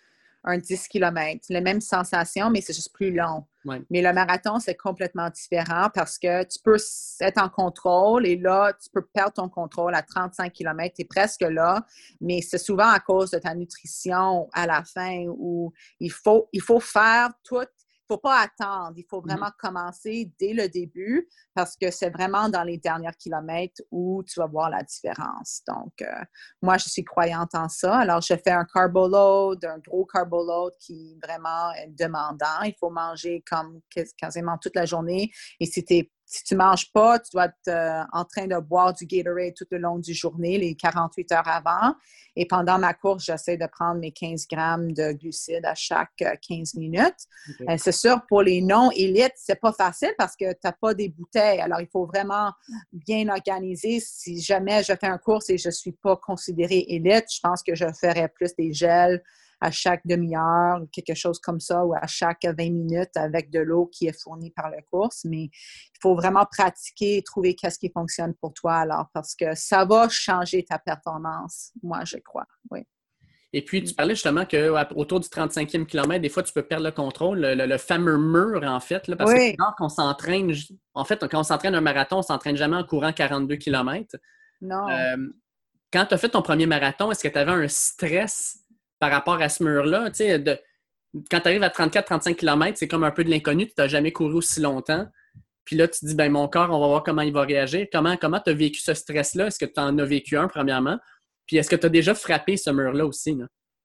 un 10 km. Les mêmes sensations, mais c'est juste plus long. Ouais. Mais le marathon, c'est complètement différent parce que tu peux être en contrôle et là, tu peux perdre ton contrôle à 35 km. Tu es presque là, mais c'est souvent à cause de ta nutrition à la fin où il faut faire tout. Il ne faut pas attendre. Il faut vraiment commencer dès le début parce que c'est vraiment dans les derniers kilomètres où tu vas voir la différence. Donc, moi, je suis croyante en ça. Alors, je fais un carbo load, un gros carbo load qui vraiment est demandant. Il faut manger comme quasiment toute la journée. Et si tu ne manges pas, tu dois être en train de boire du Gatorade tout le long du journée, les 48 heures avant. Et pendant ma course, j'essaie de prendre mes 15 grammes de glucides à chaque 15 minutes. Okay. C'est sûr, pour les non-élites, c'est pas facile parce que tu n'as pas des bouteilles. Alors, il faut vraiment bien organiser. Si jamais je fais un course et je ne suis pas considérée élite, je pense que je ferais plus des gels à chaque demi-heure, quelque chose comme ça, ou à chaque 20 minutes avec de l'eau qui est fournie par la course. Mais il faut vraiment pratiquer et trouver qu'est-ce qui fonctionne pour toi, alors, parce que ça va changer ta performance, moi, je crois, oui. Et puis, tu parlais justement qu'autour du 35e kilomètre, des fois, tu peux perdre le contrôle, le fameux mur, en fait, là, parce que quand on s'entraîne, en fait, quand on s'entraîne un marathon, on ne s'entraîne jamais en courant 42 km. Non. Quand tu as fait ton premier marathon, est-ce que tu avais un stress par rapport à ce mur-là? Tu sais, quand tu arrives à 34-35 km, c'est comme un peu de l'inconnu, tu n'as jamais couru aussi longtemps. Puis là, tu te dis, ben mon corps, on va voir comment il va réagir. Comment tu as vécu ce stress-là? Est-ce que tu en as vécu un, premièrement? Puis est-ce que tu as déjà frappé ce mur-là aussi?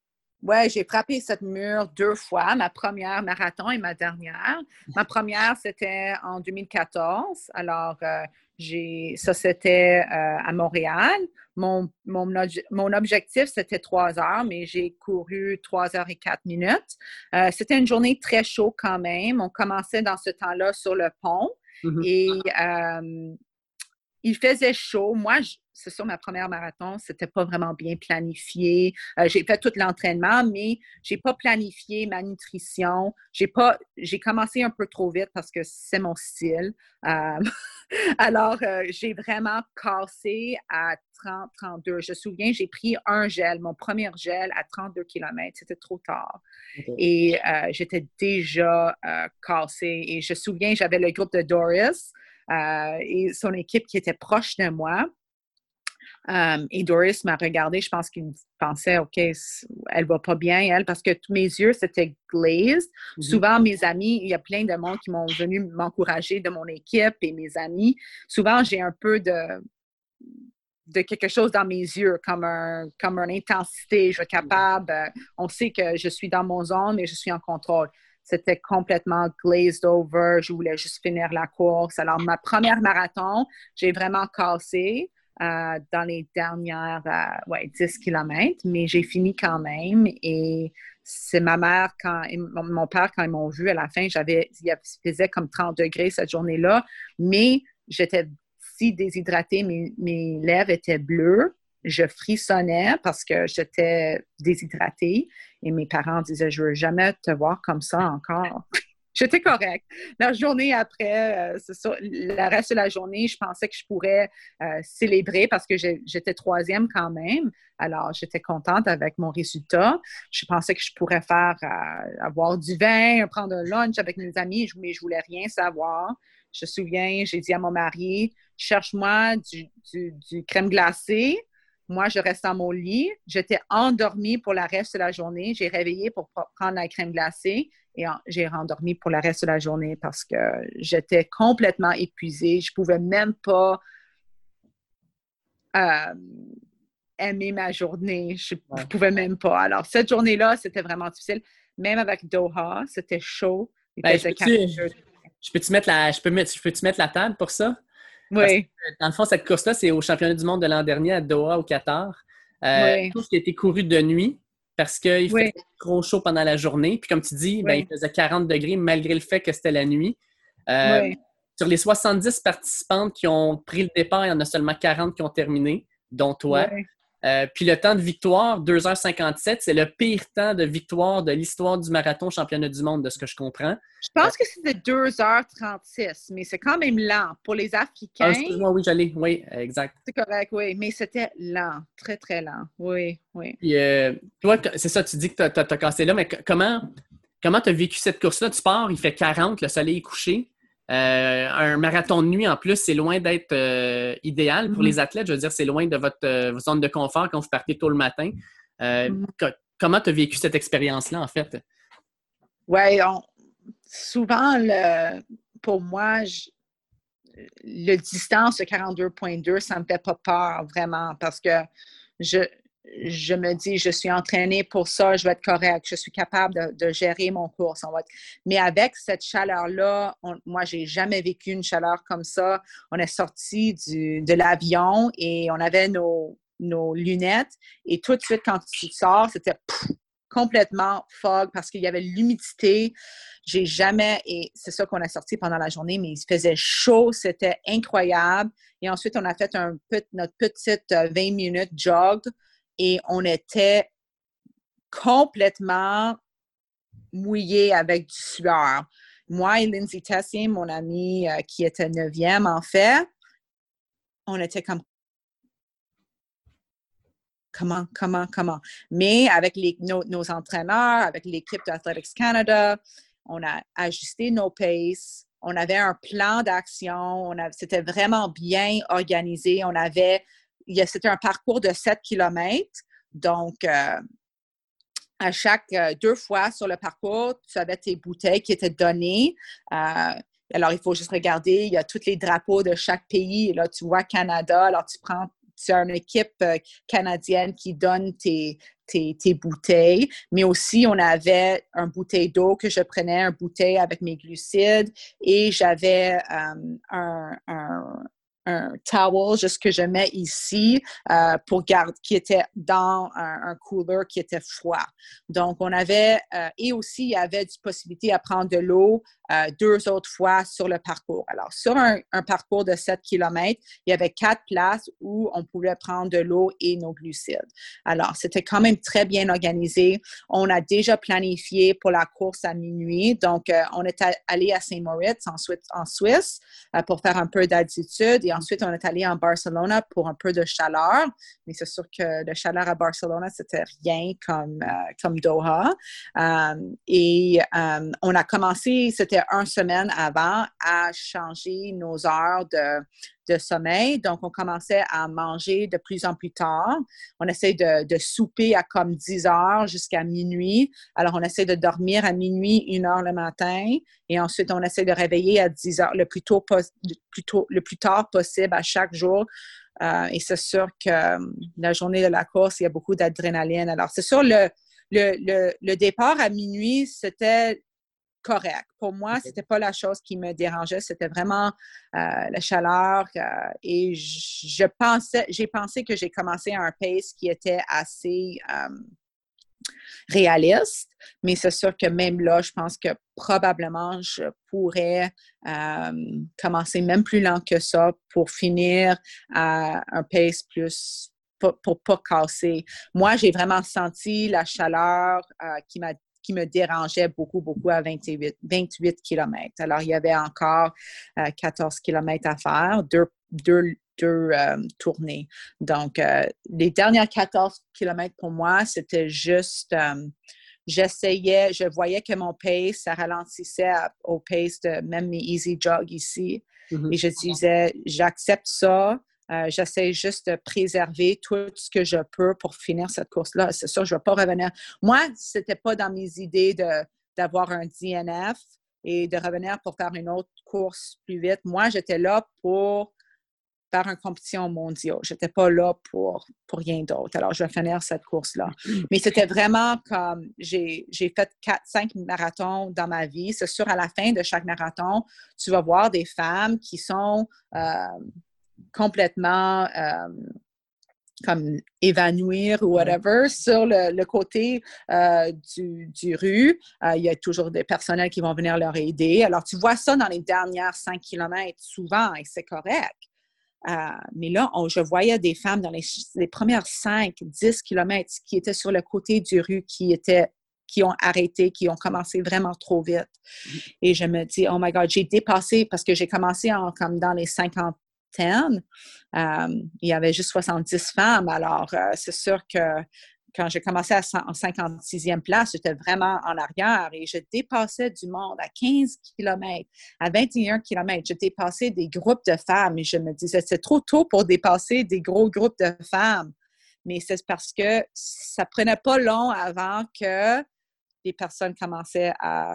Oui, j'ai frappé ce mur 2 fois, ma première marathon et ma dernière. Ma première, c'était en 2014. Alors, ça, c'était à Montréal. Mon objectif, c'était 3 heures, mais j'ai couru 3 heures et 4 minutes. C'était une journée très chaude quand même. On commençait dans ce temps-là sur le pont. Et il faisait chaud. Moi, c'est sûr, ma première marathon, c'était pas vraiment bien planifié. J'ai fait tout l'entraînement, mais j'ai pas planifié ma nutrition. J'ai commencé un peu trop vite parce que c'est mon style. Alors, j'ai vraiment cassé à 30-32. Je me souviens, j'ai pris un gel, mon premier gel à 32 km. C'était trop tard. Okay. Et j'étais déjà cassée. Et je me souviens, j'avais le groupe de Doris et son équipe qui était proche de moi. Et Doris m'a regardé, je pense qu'il pensait, OK, elle va pas bien, elle, parce que tous mes yeux, c'était glazed. Souvent, mes amis, il y a plein de monde qui m'ont venu m'encourager de mon équipe et mes amis. Souvent, j'ai un peu de quelque chose dans mes yeux, comme une intensité. Je suis capable, on sait que je suis dans mon zone, mais je suis en contrôle. C'était complètement glazed over. Je voulais juste finir la course. Alors, ma première marathon, j'ai vraiment cassé. Dans les dernières 10 km, mais j'ai fini quand même. Et c'est ma mère et mon père, quand ils m'ont vu à la fin, il faisait comme 30 degrés cette journée-là, mais j'étais si déshydratée, mes lèvres étaient bleues. Je frissonnais parce que j'étais déshydratée. Et mes parents disaient, je ne veux jamais te voir comme ça encore. J'étais correcte. La journée après, c'est ça, le reste de la journée, je pensais que je pourrais célébrer parce que j'étais troisième quand même. Alors, j'étais contente avec mon résultat. Je pensais que je pourrais avoir du vin, prendre un lunch avec mes amis, mais je voulais rien savoir. Je me souviens, j'ai dit à mon mari, cherche-moi du crème glacée. Moi, je reste dans mon lit. J'étais endormie pour le reste de la journée. J'ai réveillé pour prendre la crème glacée et j'ai rendormi pour le reste de la journée parce que j'étais complètement épuisée. Je ne pouvais même pas aimer ma journée. Je ne pouvais même pas. Alors, cette journée-là, c'était vraiment difficile. Même avec Doha, c'était chaud. Il faisait 42. Je peux-tu mettre la table pour ça? Parce que, Oui, dans le fond, cette course-là, c'est au championnat du monde de l'an dernier à Doha, au Qatar. oui, Tout ce qui a été couru de nuit parce qu'il oui, faisait trop chaud pendant la journée. Puis comme tu dis, ben, il oui, faisait 40 degrés malgré le fait que c'était la nuit. Euh, oui, sur les 70 participantes qui ont pris le départ, il y en a seulement 40 qui ont terminé, dont toi. oui. Puis le temps de victoire, 2h57, c'est le pire temps de victoire de l'histoire du marathon championnat du monde, de ce que je comprends. Je pense que c'était 2h36, mais c'est quand même lent. Pour les Ah, Africains, excuse-moi, oui, j'allais. Oui, exact. c'est correct, oui, mais c'était lent, très, très lent. Oui, oui. Puis toi, c'est ça, tu dis que tu as cassé là, mais comment tu as vécu cette course-là? Tu pars, il fait 40, le soleil est couché. Un marathon de nuit, en plus, c'est loin d'être idéal pour Mhm, les athlètes. Je veux dire, c'est loin de votre zone de confort quand vous partez tôt le matin. Euh, mhm. Comment tu as vécu cette expérience-là, en fait? Oui, souvent, pour moi, le distance de 42,2, ça ne me fait pas peur vraiment parce que je, je me dis, je suis entraînée pour ça, je vais être correcte, je suis capable de gérer mon course. Mais avec cette chaleur-là, moi, j'ai jamais vécu une chaleur comme ça. On est sorti de l'avion et on avait nos lunettes et tout de suite, quand tu sors, c'était complètement fog parce qu'il y avait l'humidité. J'ai jamais, et c'est ça qu'on a sorti pendant la journée, mais il faisait chaud, c'était incroyable. Et ensuite, on a fait notre petite 20 minutes jog et on était complètement mouillés avec du sueur. Moi et Lindsay Tessier, mon amie qui était neuvième, en fait, on était comme comment. Mais avec nos entraîneurs, avec l'équipe d'Athletics Canada, on a ajusté nos paces. On avait un plan d'action. C'était vraiment bien organisé. C'était un parcours de 7 kilomètres. Donc, à chaque 2 fois sur le parcours, tu avais tes bouteilles qui étaient données. Alors, il faut juste regarder, il y a tous les drapeaux de chaque pays. Là, tu vois Canada, alors tu as une équipe canadienne qui donne tes bouteilles, mais aussi on avait un bouteille d'eau que je prenais, un bouteille avec mes glucides et j'avais un towel juste que je mets ici pour garder, qui était dans un cooler qui était froid. Donc, on avait, et aussi, il y avait une possibilité à prendre de l'eau 2 autres fois sur le parcours. Alors, sur un parcours de 7 kilomètres, il y avait 4 places où on pouvait prendre de l'eau et nos glucides. Alors, c'était quand même très bien organisé. On a déjà planifié pour la course à minuit. Donc, on est allé à Saint-Moritz en Suisse pour faire un peu d'altitude. Et ensuite, on est allé en Barcelone pour un peu de chaleur. Mais c'est sûr que la chaleur à Barcelone, c'était rien comme Doha. On a commencé, c'était une semaine avant, à changer nos heures de sommeil. Donc, on commençait à manger de plus en plus tard. On essaie de souper à comme 10 heures jusqu'à minuit. Alors, on essaie de dormir à minuit, 1 heure le matin. Et ensuite, on essaie de réveiller à 10 heures le plus tard possible à chaque jour. Et c'est sûr que la journée de la course, il y a beaucoup d'adrénaline. Alors, c'est sûr, le départ à minuit, c'était correct. Pour moi, c'était pas la chose qui me dérangeait, c'était vraiment la chaleur. Et j'ai pensé que j'ai commencé à un pace qui était assez réaliste, mais c'est sûr que même là, je pense que probablement je pourrais commencer même plus lent que ça pour finir à un pace plus pour pas casser. Moi, j'ai vraiment senti la chaleur qui me dérangeait beaucoup, beaucoup à 28 km. Alors, il y avait encore 14 km à faire, deux tournées. Donc, les dernières 14 km pour moi, c'était juste, j'essayais, je voyais que mon pace, ça ralentissait au pace de même mes easy jog ici. Mhm. Et je disais, j'accepte ça. J'essaie juste de préserver tout ce que je peux pour finir cette course-là. C'est sûr, je ne vais pas revenir. Moi, ce n'était pas dans mes idées d'avoir un DNF et de revenir pour faire une autre course plus vite. Moi, j'étais là pour faire une compétition mondiale. Je n'étais pas là pour rien d'autre. Alors, je vais finir cette course-là. Mais c'était vraiment comme, j'ai fait 4-5 marathons dans ma vie. C'est sûr, à la fin de chaque marathon, tu vas voir des femmes qui sont complètement comme évanouir ou whatever. Sur le côté du rue, il y a toujours des personnels qui vont venir leur aider. Alors, tu vois ça dans les dernières 5 kilomètres souvent et c'est correct. Mais là, je voyais des femmes dans les premières 5-10 kilomètres qui étaient sur le côté du rue, qui ont arrêté, qui ont commencé vraiment trop vite. Et je me dis, oh my God, j'ai dépassé, parce que j'ai commencé comme dans les 50. Il y avait juste 70 femmes. Alors, c'est sûr que quand j'ai commencé en 56e place, j'étais vraiment en arrière et je dépassais du monde à 15 km, à 21 km. Je dépassais des groupes de femmes et je me disais, c'est trop tôt pour dépasser des gros groupes de femmes. Mais c'est parce que ça prenait pas long avant que les personnes commençaient à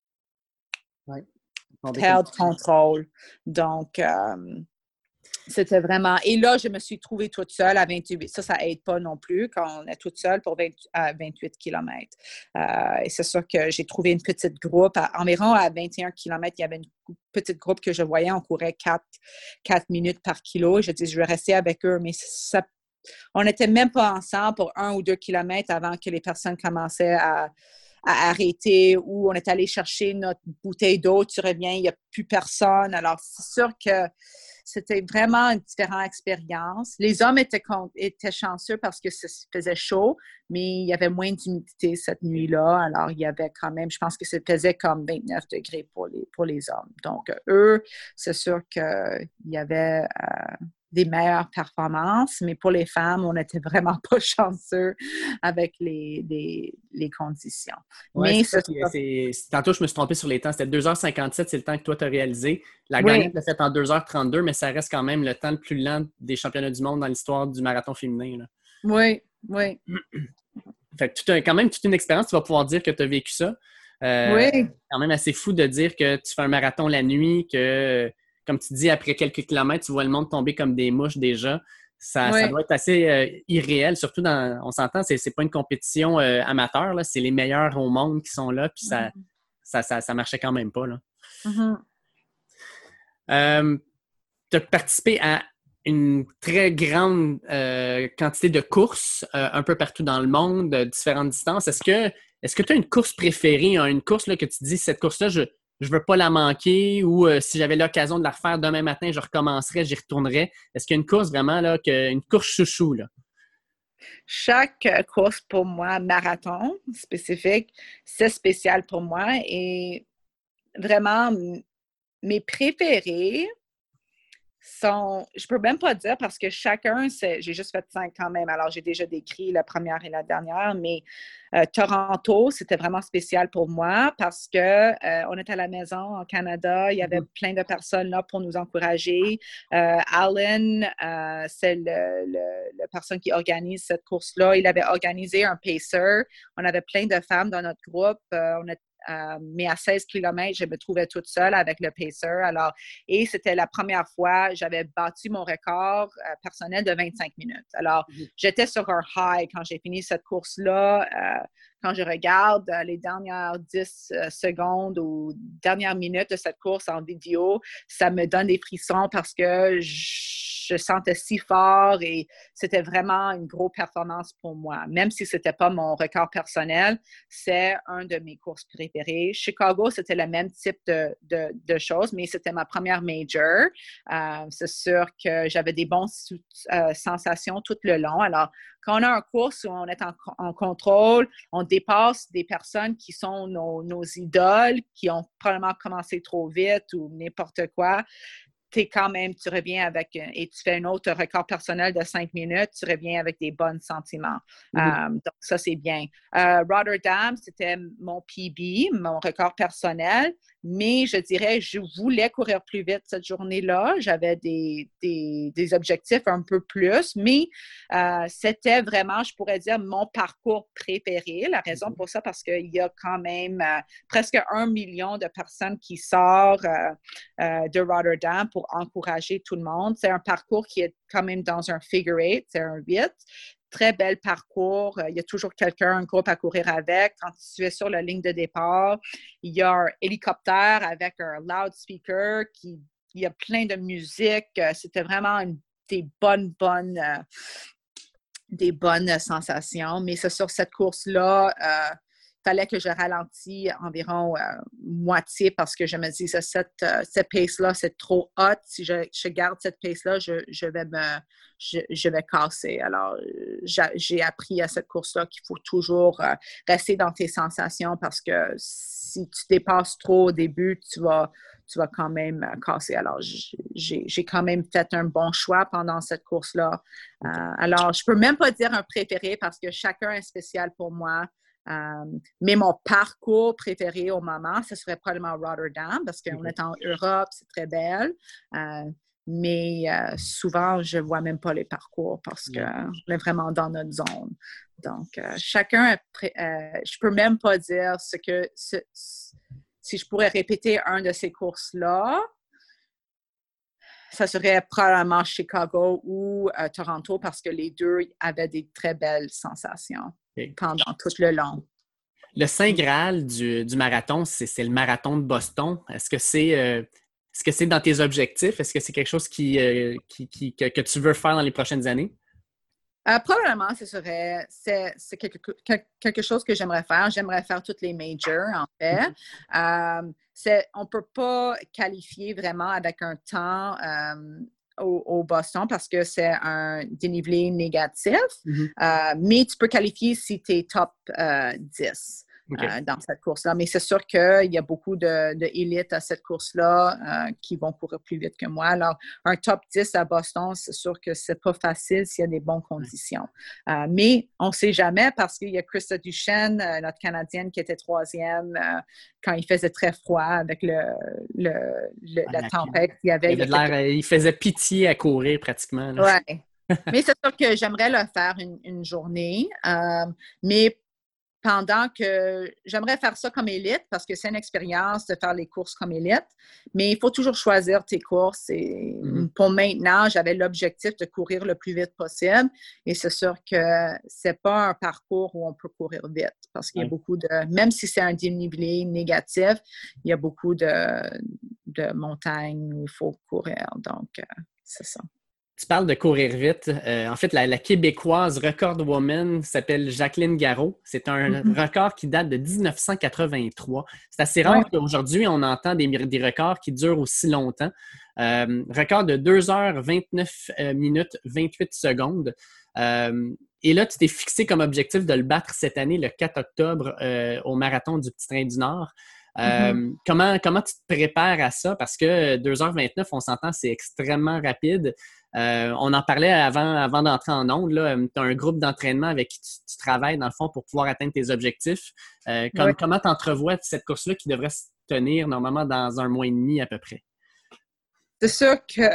perdre contrôle. Donc, c'était vraiment... Et là, je me suis trouvée toute seule à 28. Ça aide pas non plus quand on est toute seule pour 28 km. Et c'est sûr que j'ai trouvé une petite groupe. Environ à 21 km, il y avait une petite groupe que je voyais. On courait 4 minutes par kilo. Je dis, je vais rester avec eux. Mais on n'était même pas ensemble pour 1 ou 2 kilomètres avant que les personnes commençaient à arrêter, ou on est allé chercher notre bouteille d'eau, tu reviens, il n'y a plus personne. Alors, c'est sûr que c'était vraiment une différente expérience. Les hommes étaient chanceux parce que ça faisait chaud, mais il y avait moins d'humidité cette nuit-là. Alors, il y avait quand même, je pense que ça faisait comme 29 degrés pour les hommes. Donc, eux, c'est sûr qu'il y avait des meilleures performances, mais pour les femmes, on n'était vraiment pas chanceux avec les conditions. Ouais, tantôt, je me suis trompé sur les temps. C'était 2h57, c'est le temps que toi, tu as réalisé. La gagnante l'a fait en 2h32, mais ça reste quand même le temps le plus lent des championnats du monde dans l'histoire du marathon féminin. Là. Oui. Fait que quand même toute une expérience, tu vas pouvoir dire que tu as vécu ça. Oui. Quand même assez fou de dire que tu fais un marathon la nuit, que, comme tu dis, après quelques kilomètres, tu vois le monde tomber comme des mouches déjà. Ça doit être assez irréel, surtout on s'entend, c'est pas une compétition amateur, là, c'est les meilleurs au monde qui sont là, puis ça marchait quand même pas. Là. Tu as participé à une très grande quantité de courses un peu partout dans le monde, de différentes distances. Est-ce que tu as une course préférée, une course là, que tu te dis, cette course-là, je ne veux pas la manquer, ou si j'avais l'occasion de la refaire demain matin, je recommencerais, j'y retournerais. Est-ce qu'il y a une course vraiment, là, une course chouchou? Là? Chaque course pour moi, marathon spécifique, c'est spécial pour moi. Et vraiment, mes préférés sont, je peux même pas dire parce que chacun, j'ai juste fait 5 quand même. Alors, j'ai déjà décrit la première et la dernière, mais Toronto, c'était vraiment spécial pour moi parce que on était à la maison en Canada. Il y avait plein de personnes là pour nous encourager. Alan, c'est la personne qui organise cette course-là. Il avait organisé un pacer. On avait plein de femmes dans notre groupe. Mais à 16 km, je me trouvais toute seule avec le pacer. Alors, et c'était la première fois que j'avais battu mon record personnel de 25 minutes. Alors, j'étais sur un high quand j'ai fini cette course-là. Quand je regarde les dernières 10 secondes ou dernières minutes de cette course en vidéo, ça me donne des frissons parce que je sentais si fort et c'était vraiment une grosse performance pour moi. Même si ce n'était pas mon record personnel, c'est un de mes courses préférées. Chicago, c'était le même type de choses, mais c'était ma première major. C'est sûr que j'avais des bonnes sensations tout le long. Alors, quand on a une course où on est en contrôle, on dépasse des personnes qui sont nos idoles, qui ont probablement commencé trop vite ou n'importe quoi, tu reviens et tu fais un autre record personnel de 5 minutes, tu reviens avec des bons sentiments. Donc, ça, c'est bien. Rotterdam, c'était mon PB, mon record personnel, mais je dirais, je voulais courir plus vite cette journée-là. J'avais des objectifs un peu plus, mais c'était vraiment, je pourrais dire, mon parcours préféré. La raison pour ça, parce qu'il y a quand même presque 1 million de personnes qui sortent de Rotterdam pour encourager tout le monde. C'est un parcours qui est quand même dans un figure eight, c'est un 8. Très bel parcours. Il y a toujours quelqu'un, un groupe à courir avec. Quand tu es sur la ligne de départ, il y a un hélicoptère avec un loudspeaker il y a plein de musique. C'était vraiment des bonnes sensations. Mais c'est sur cette course-là, fallait que je ralentis environ moitié parce que je me dis que cette pace-là, c'est trop hot. Si je garde cette pace-là, je vais casser. Alors, j'ai appris à cette course-là qu'il faut toujours rester dans tes sensations parce que si tu dépasses trop au début, tu vas quand même casser. Alors, j'ai quand même fait un bon choix pendant cette course-là. Alors, je peux même pas dire un préféré parce que chacun est spécial pour moi. Mais mon parcours préféré au moment, ce serait probablement Rotterdam parce qu'on est en Europe, c'est très belle. Mais souvent, je ne vois même pas les parcours parce qu'on est vraiment dans notre zone. Donc, chacun je peux même pas dire si je pourrais répéter un de ces courses-là, ça serait probablement Chicago ou Toronto parce que les deux avaient des très belles sensations pendant tout le long. Le Saint Graal du marathon, c'est le marathon de Boston. Est-ce que c'est dans tes objectifs? Est-ce que c'est quelque chose que tu veux faire dans les prochaines années? Probablement, c'est quelque chose que j'aimerais faire. J'aimerais faire toutes les majors, en fait. On ne peut pas qualifier vraiment avec un temps au Boston parce que c'est un dénivelé négatif, mais tu peux qualifier si tu es top 10. Dans cette course-là. Mais c'est sûr qu'il y a beaucoup d'élites à cette course-là qui vont courir plus vite que moi. Alors, un top 10 à Boston, c'est sûr que c'est pas facile s'il y a des bonnes conditions. Mais on ne sait jamais parce qu'il y a Krista Duchesne, notre Canadienne, qui était 3e quand il faisait très froid avec la tempête qu'il y avait. Il faisait pitié à courir pratiquement. Oui. Mais c'est sûr que j'aimerais le faire une journée. Mais pendant que j'aimerais faire ça comme élite parce que c'est une expérience de faire les courses comme élite, mais il faut toujours choisir tes courses. Et pour maintenant, j'avais l'objectif de courir le plus vite possible et c'est sûr que c'est pas un parcours où on peut courir vite parce qu'il y a beaucoup même si c'est un dénivelé négatif, il y a beaucoup de montagnes où il faut courir. Donc, c'est ça. Tu parles de courir vite. En fait, la Québécoise record woman s'appelle Jacqueline Garreau. C'est un record qui date de 1983. C'est assez rare qu'aujourd'hui, on entend des records qui durent aussi longtemps. Record de 2h29 minutes 28 secondes. Et là, tu t'es fixé comme objectif de le battre cette année, le 4 octobre, au marathon du Petit Train du Nord. Comment tu te prépares à ça? Parce que 2h29, on s'entend, c'est extrêmement rapide. On en parlait avant d'entrer en ondes. Tu as un groupe d'entraînement avec qui tu travailles, dans le fond, pour pouvoir atteindre tes objectifs. Comment tu entrevois cette course-là qui devrait se tenir normalement dans 1 mois et demi à peu près? C'est sûr que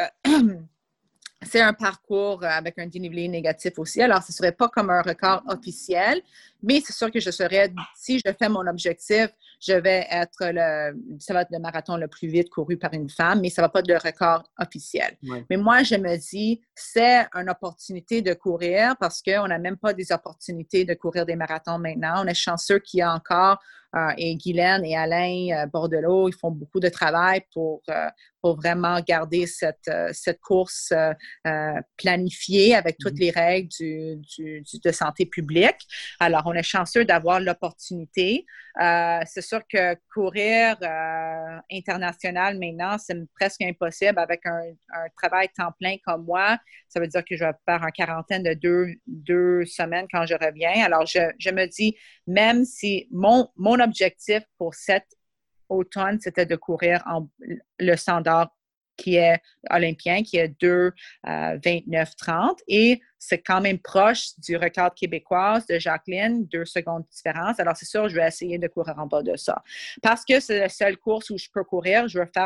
c'est un parcours avec un dénivelé négatif aussi. Alors, ce ne serait pas comme un record officiel, mais c'est sûr que si je fais mon objectif, ça va être le marathon le plus vite couru par une femme, mais ça ne va pas être le record officiel. Ouais. Mais moi, je me dis, c'est une opportunité de courir parce qu'on n'a même pas des opportunités de courir des marathons maintenant. On est chanceux qu'il y a encore et Guylaine et Alain Bordelot, ils font beaucoup de travail pour vraiment garder cette course planifiée avec toutes les règles de santé publique. Alors, on est chanceux d'avoir l'opportunité. C'est sûr que courir international maintenant, c'est presque impossible avec un travail temps plein comme moi. Ça veut dire que je vais faire une quarantaine de deux semaines quand je reviens. Alors, je me dis, même si mon objectif pour cet automne, c'était de courir le standard qui est olympien, qui est 2:29:30. Et c'est quand même proche du record québécois de Jacqueline, 2 secondes de différence. Alors, c'est sûr, je vais essayer de courir en bas de ça. Parce que c'est la seule course où je peux courir, je veux faire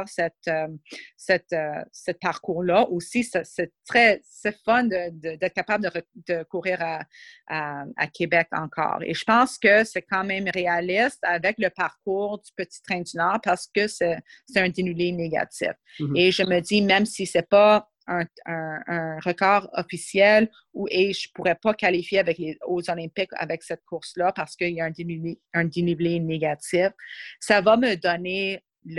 ce parcours-là. Aussi, c'est fun d'être capable de courir à Québec encore. Et je pense que c'est quand même réaliste avec le parcours du Petit Train du Nord parce que c'est un dénivelé négatif. Mm-hmm. Et je me dis, même si c'est pas un record officiel et je ne pourrais pas qualifier aux Olympiques avec cette course-là parce qu'il y a un dénivelé négatif, ça va me donner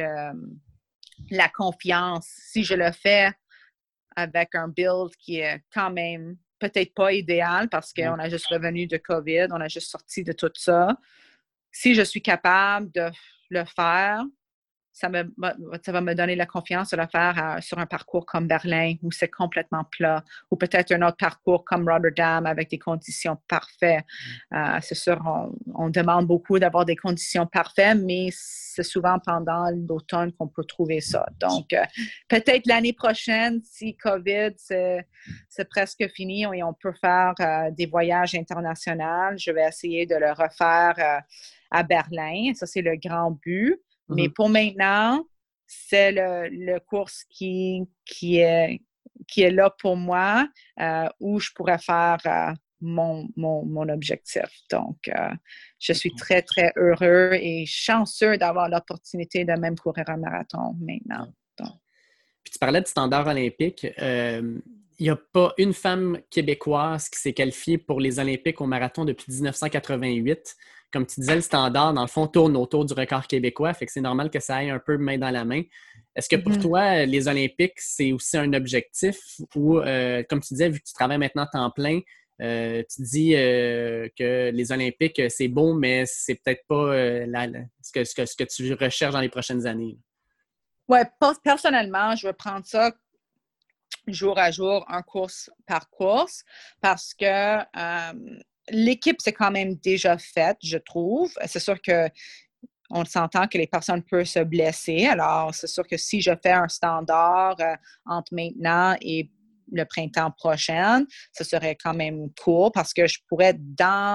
la confiance si je le fais avec un build qui est quand même peut-être pas idéal parce qu'on a juste revenu de COVID, on a juste sorti de tout ça. Si je suis capable de le faire, ça va me donner la confiance de le faire sur un parcours comme Berlin où c'est complètement plat ou peut-être un autre parcours comme Rotterdam avec des conditions parfaites. C'est sûr, on demande beaucoup d'avoir des conditions parfaites, mais c'est souvent pendant l'automne qu'on peut trouver ça. Donc, peut-être l'année prochaine, si COVID, c'est presque fini et on peut faire des voyages internationaux, je vais essayer de le refaire à Berlin. Ça, c'est le grand but. Mais pour maintenant, c'est le course qui est là pour moi où je pourrais faire mon objectif. Donc, je suis très, très heureux et chanceux d'avoir l'opportunité de même courir un marathon maintenant. Donc. Puis tu parlais de standard olympique. Il n'y a pas une femme québécoise qui s'est qualifiée pour les Olympiques au marathon depuis 1988. Comme tu disais, le standard, dans le fond, tourne autour du record québécois, fait que c'est normal que ça aille un peu main dans la main. Est-ce que pour toi, les Olympiques, c'est aussi un objectif ou, comme tu disais, vu que tu travailles maintenant à temps plein, tu dis que les Olympiques, c'est beau, mais c'est peut-être pas ce que tu recherches dans les prochaines années? Oui, personnellement, je vais prendre ça jour à jour, un course par course, parce que l'équipe, c'est quand même déjà faite, je trouve. C'est sûr qu'on s'entend que les personnes peuvent se blesser. Alors, c'est sûr que si je fais un standard entre maintenant et le printemps prochain, ce serait quand même cool parce que je pourrais être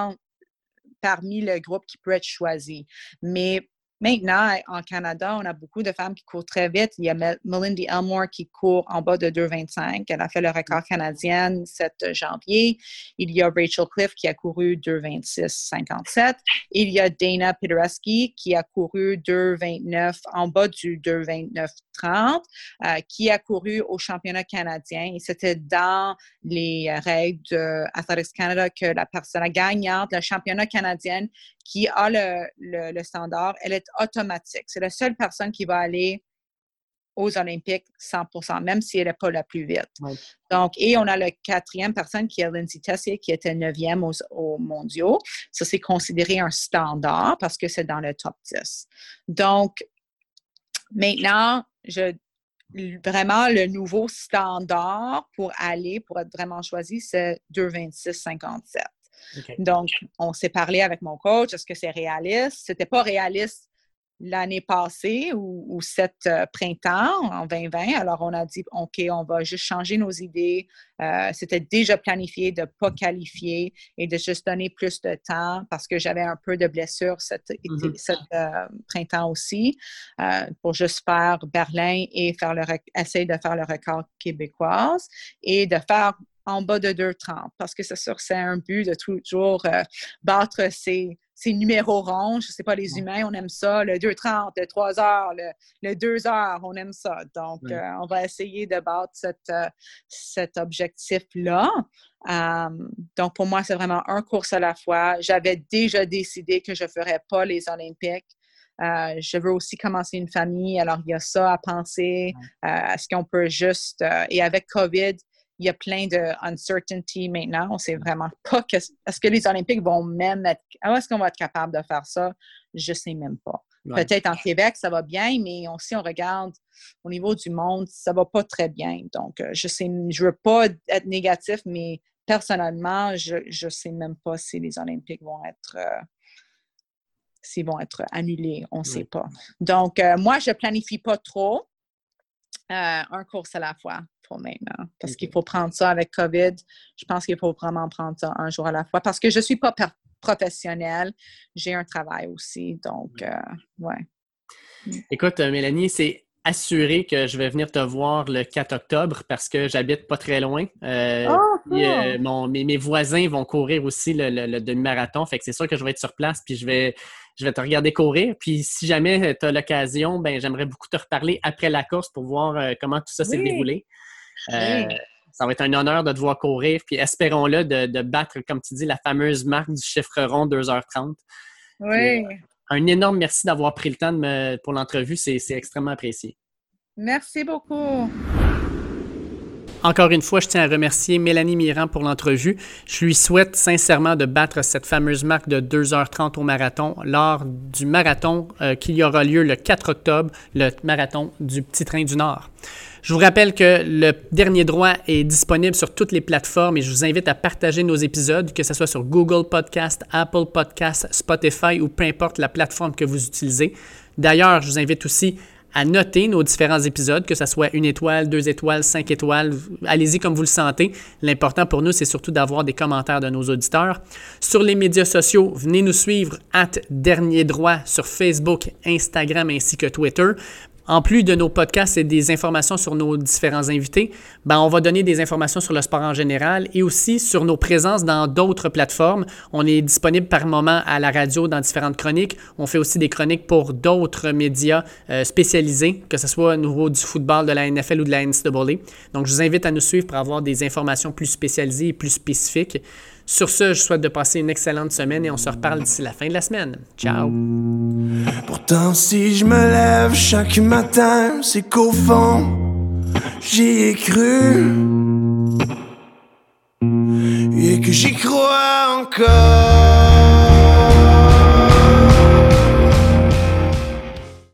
parmi le groupe qui peut être choisi. Mais maintenant, en Canada, on a beaucoup de femmes qui courent très vite. Il y a Melindy Elmore qui court en bas de 2:25. Elle a fait le record canadien 7 janvier. Il y a Rachel Cliff qui a couru 2:26:57. Il y a Dana Pidereski qui a couru 2:29 en bas du 2:29:30, qui a couru au championnat canadien. Et c'était dans les règles de Athletics Canada que la personne gagnante, le championnat canadien, qui a le standard, elle est automatique. C'est la seule personne qui va aller aux Olympiques 100%, même si elle n'est pas la plus vite. Ouais. Donc, et on a la 4e personne qui est Lindsay Tessier, qui était 9e aux mondiaux. Ça, c'est considéré un standard parce que c'est dans le top 10. Donc, maintenant, vraiment, le nouveau standard pour être vraiment choisi, c'est 2:26:57. Okay. Donc, on s'est parlé avec mon coach. Est-ce que c'est réaliste? C'était pas réaliste l'année passée ou cet printemps, en 2020. Alors, on a dit, OK, on va juste changer nos idées. C'était déjà planifié de ne pas qualifier et de juste donner plus de temps parce que j'avais un peu de blessure cet printemps aussi pour juste faire Berlin et essayer de faire le record québécois et de faire en bas de 2,30 parce que c'est sûr que c'est un but de toujours battre ces numéros ronds. Je ne sais pas, les humains, on aime ça. Le 2,30, le 3 heures, le 2 heures, on aime ça. Donc, on va essayer de battre cet objectif-là. Donc, pour moi, c'est vraiment un course à la fois. J'avais déjà décidé que je ne ferais pas les Olympiques. Je veux aussi commencer une famille. Alors, il y a ça à penser. Est-ce qu'on peut juste... et avec COVID, il y a plein de uncertainty maintenant. On ne sait vraiment pas est-ce que les Olympiques vont même être... Est-ce qu'on va être capable de faire ça? Je ne sais même pas. Ouais. Peut-être en Québec, ça va bien, mais si on regarde au niveau du monde, ça ne va pas très bien. Donc, je ne veux pas être négatif, mais personnellement, je ne sais même pas si les Olympiques vont être... s'ils vont être annulés, on ne sait pas. Donc, moi, je ne planifie pas trop un course à la fois pour maintenant. Parce qu'il faut prendre ça avec COVID. Je pense qu'il faut vraiment prendre ça un jour à la fois. Parce que je ne suis pas professionnelle. J'ai un travail aussi. Donc, ouais. Écoute, Mélanie, c'est assuré que je vais venir te voir le 4 octobre parce que j'habite pas très loin. Cool. Mes voisins vont courir aussi le demi-marathon. Fait que c'est sûr que je vais être sur place puis je vais te regarder courir. Puis si jamais tu as l'occasion, ben j'aimerais beaucoup te reparler après la course pour voir comment tout ça s'est déroulé. Ça va être un honneur de te voir courir. Puis espérons-le de battre, comme tu dis, la fameuse marque du chiffre rond 2h30. Oui. Puis, un énorme merci d'avoir pris le temps pour l'entrevue. C'est extrêmement apprécié. Merci beaucoup. Encore une fois, je tiens à remercier Mélanie Mirand pour l'entrevue. Je lui souhaite sincèrement de battre cette fameuse marque de 2h30 au marathon lors du marathon qui y aura lieu le 4 octobre, le marathon du Petit Train du Nord. Je vous rappelle que le dernier droit est disponible sur toutes les plateformes et je vous invite à partager nos épisodes, que ce soit sur Google Podcast, Apple Podcast, Spotify ou peu importe la plateforme que vous utilisez. D'ailleurs, je vous invite aussi à noter nos différents épisodes, que ce soit 1 étoile, 2 étoiles, 5 étoiles. Allez-y comme vous le sentez. L'important pour nous, c'est surtout d'avoir des commentaires de nos auditeurs. Sur les médias sociaux, venez nous suivre @dernierdroit sur Facebook, Instagram ainsi que Twitter. En plus de nos podcasts et des informations sur nos différents invités, on va donner des informations sur le sport en général et aussi sur nos présences dans d'autres plateformes. On est disponible par moment à la radio dans différentes chroniques. On fait aussi des chroniques pour d'autres médias spécialisés, que ce soit au niveau du football, de la NFL ou de la NCAA. Donc, je vous invite à nous suivre pour avoir des informations plus spécialisées et plus spécifiques. Sur ce, je souhaite de passer une excellente semaine et on se reparle d'ici la fin de la semaine. Ciao! Pourtant, si je me lève chaque matin, c'est qu'au fond, j'y ai cru et que j'y crois encore.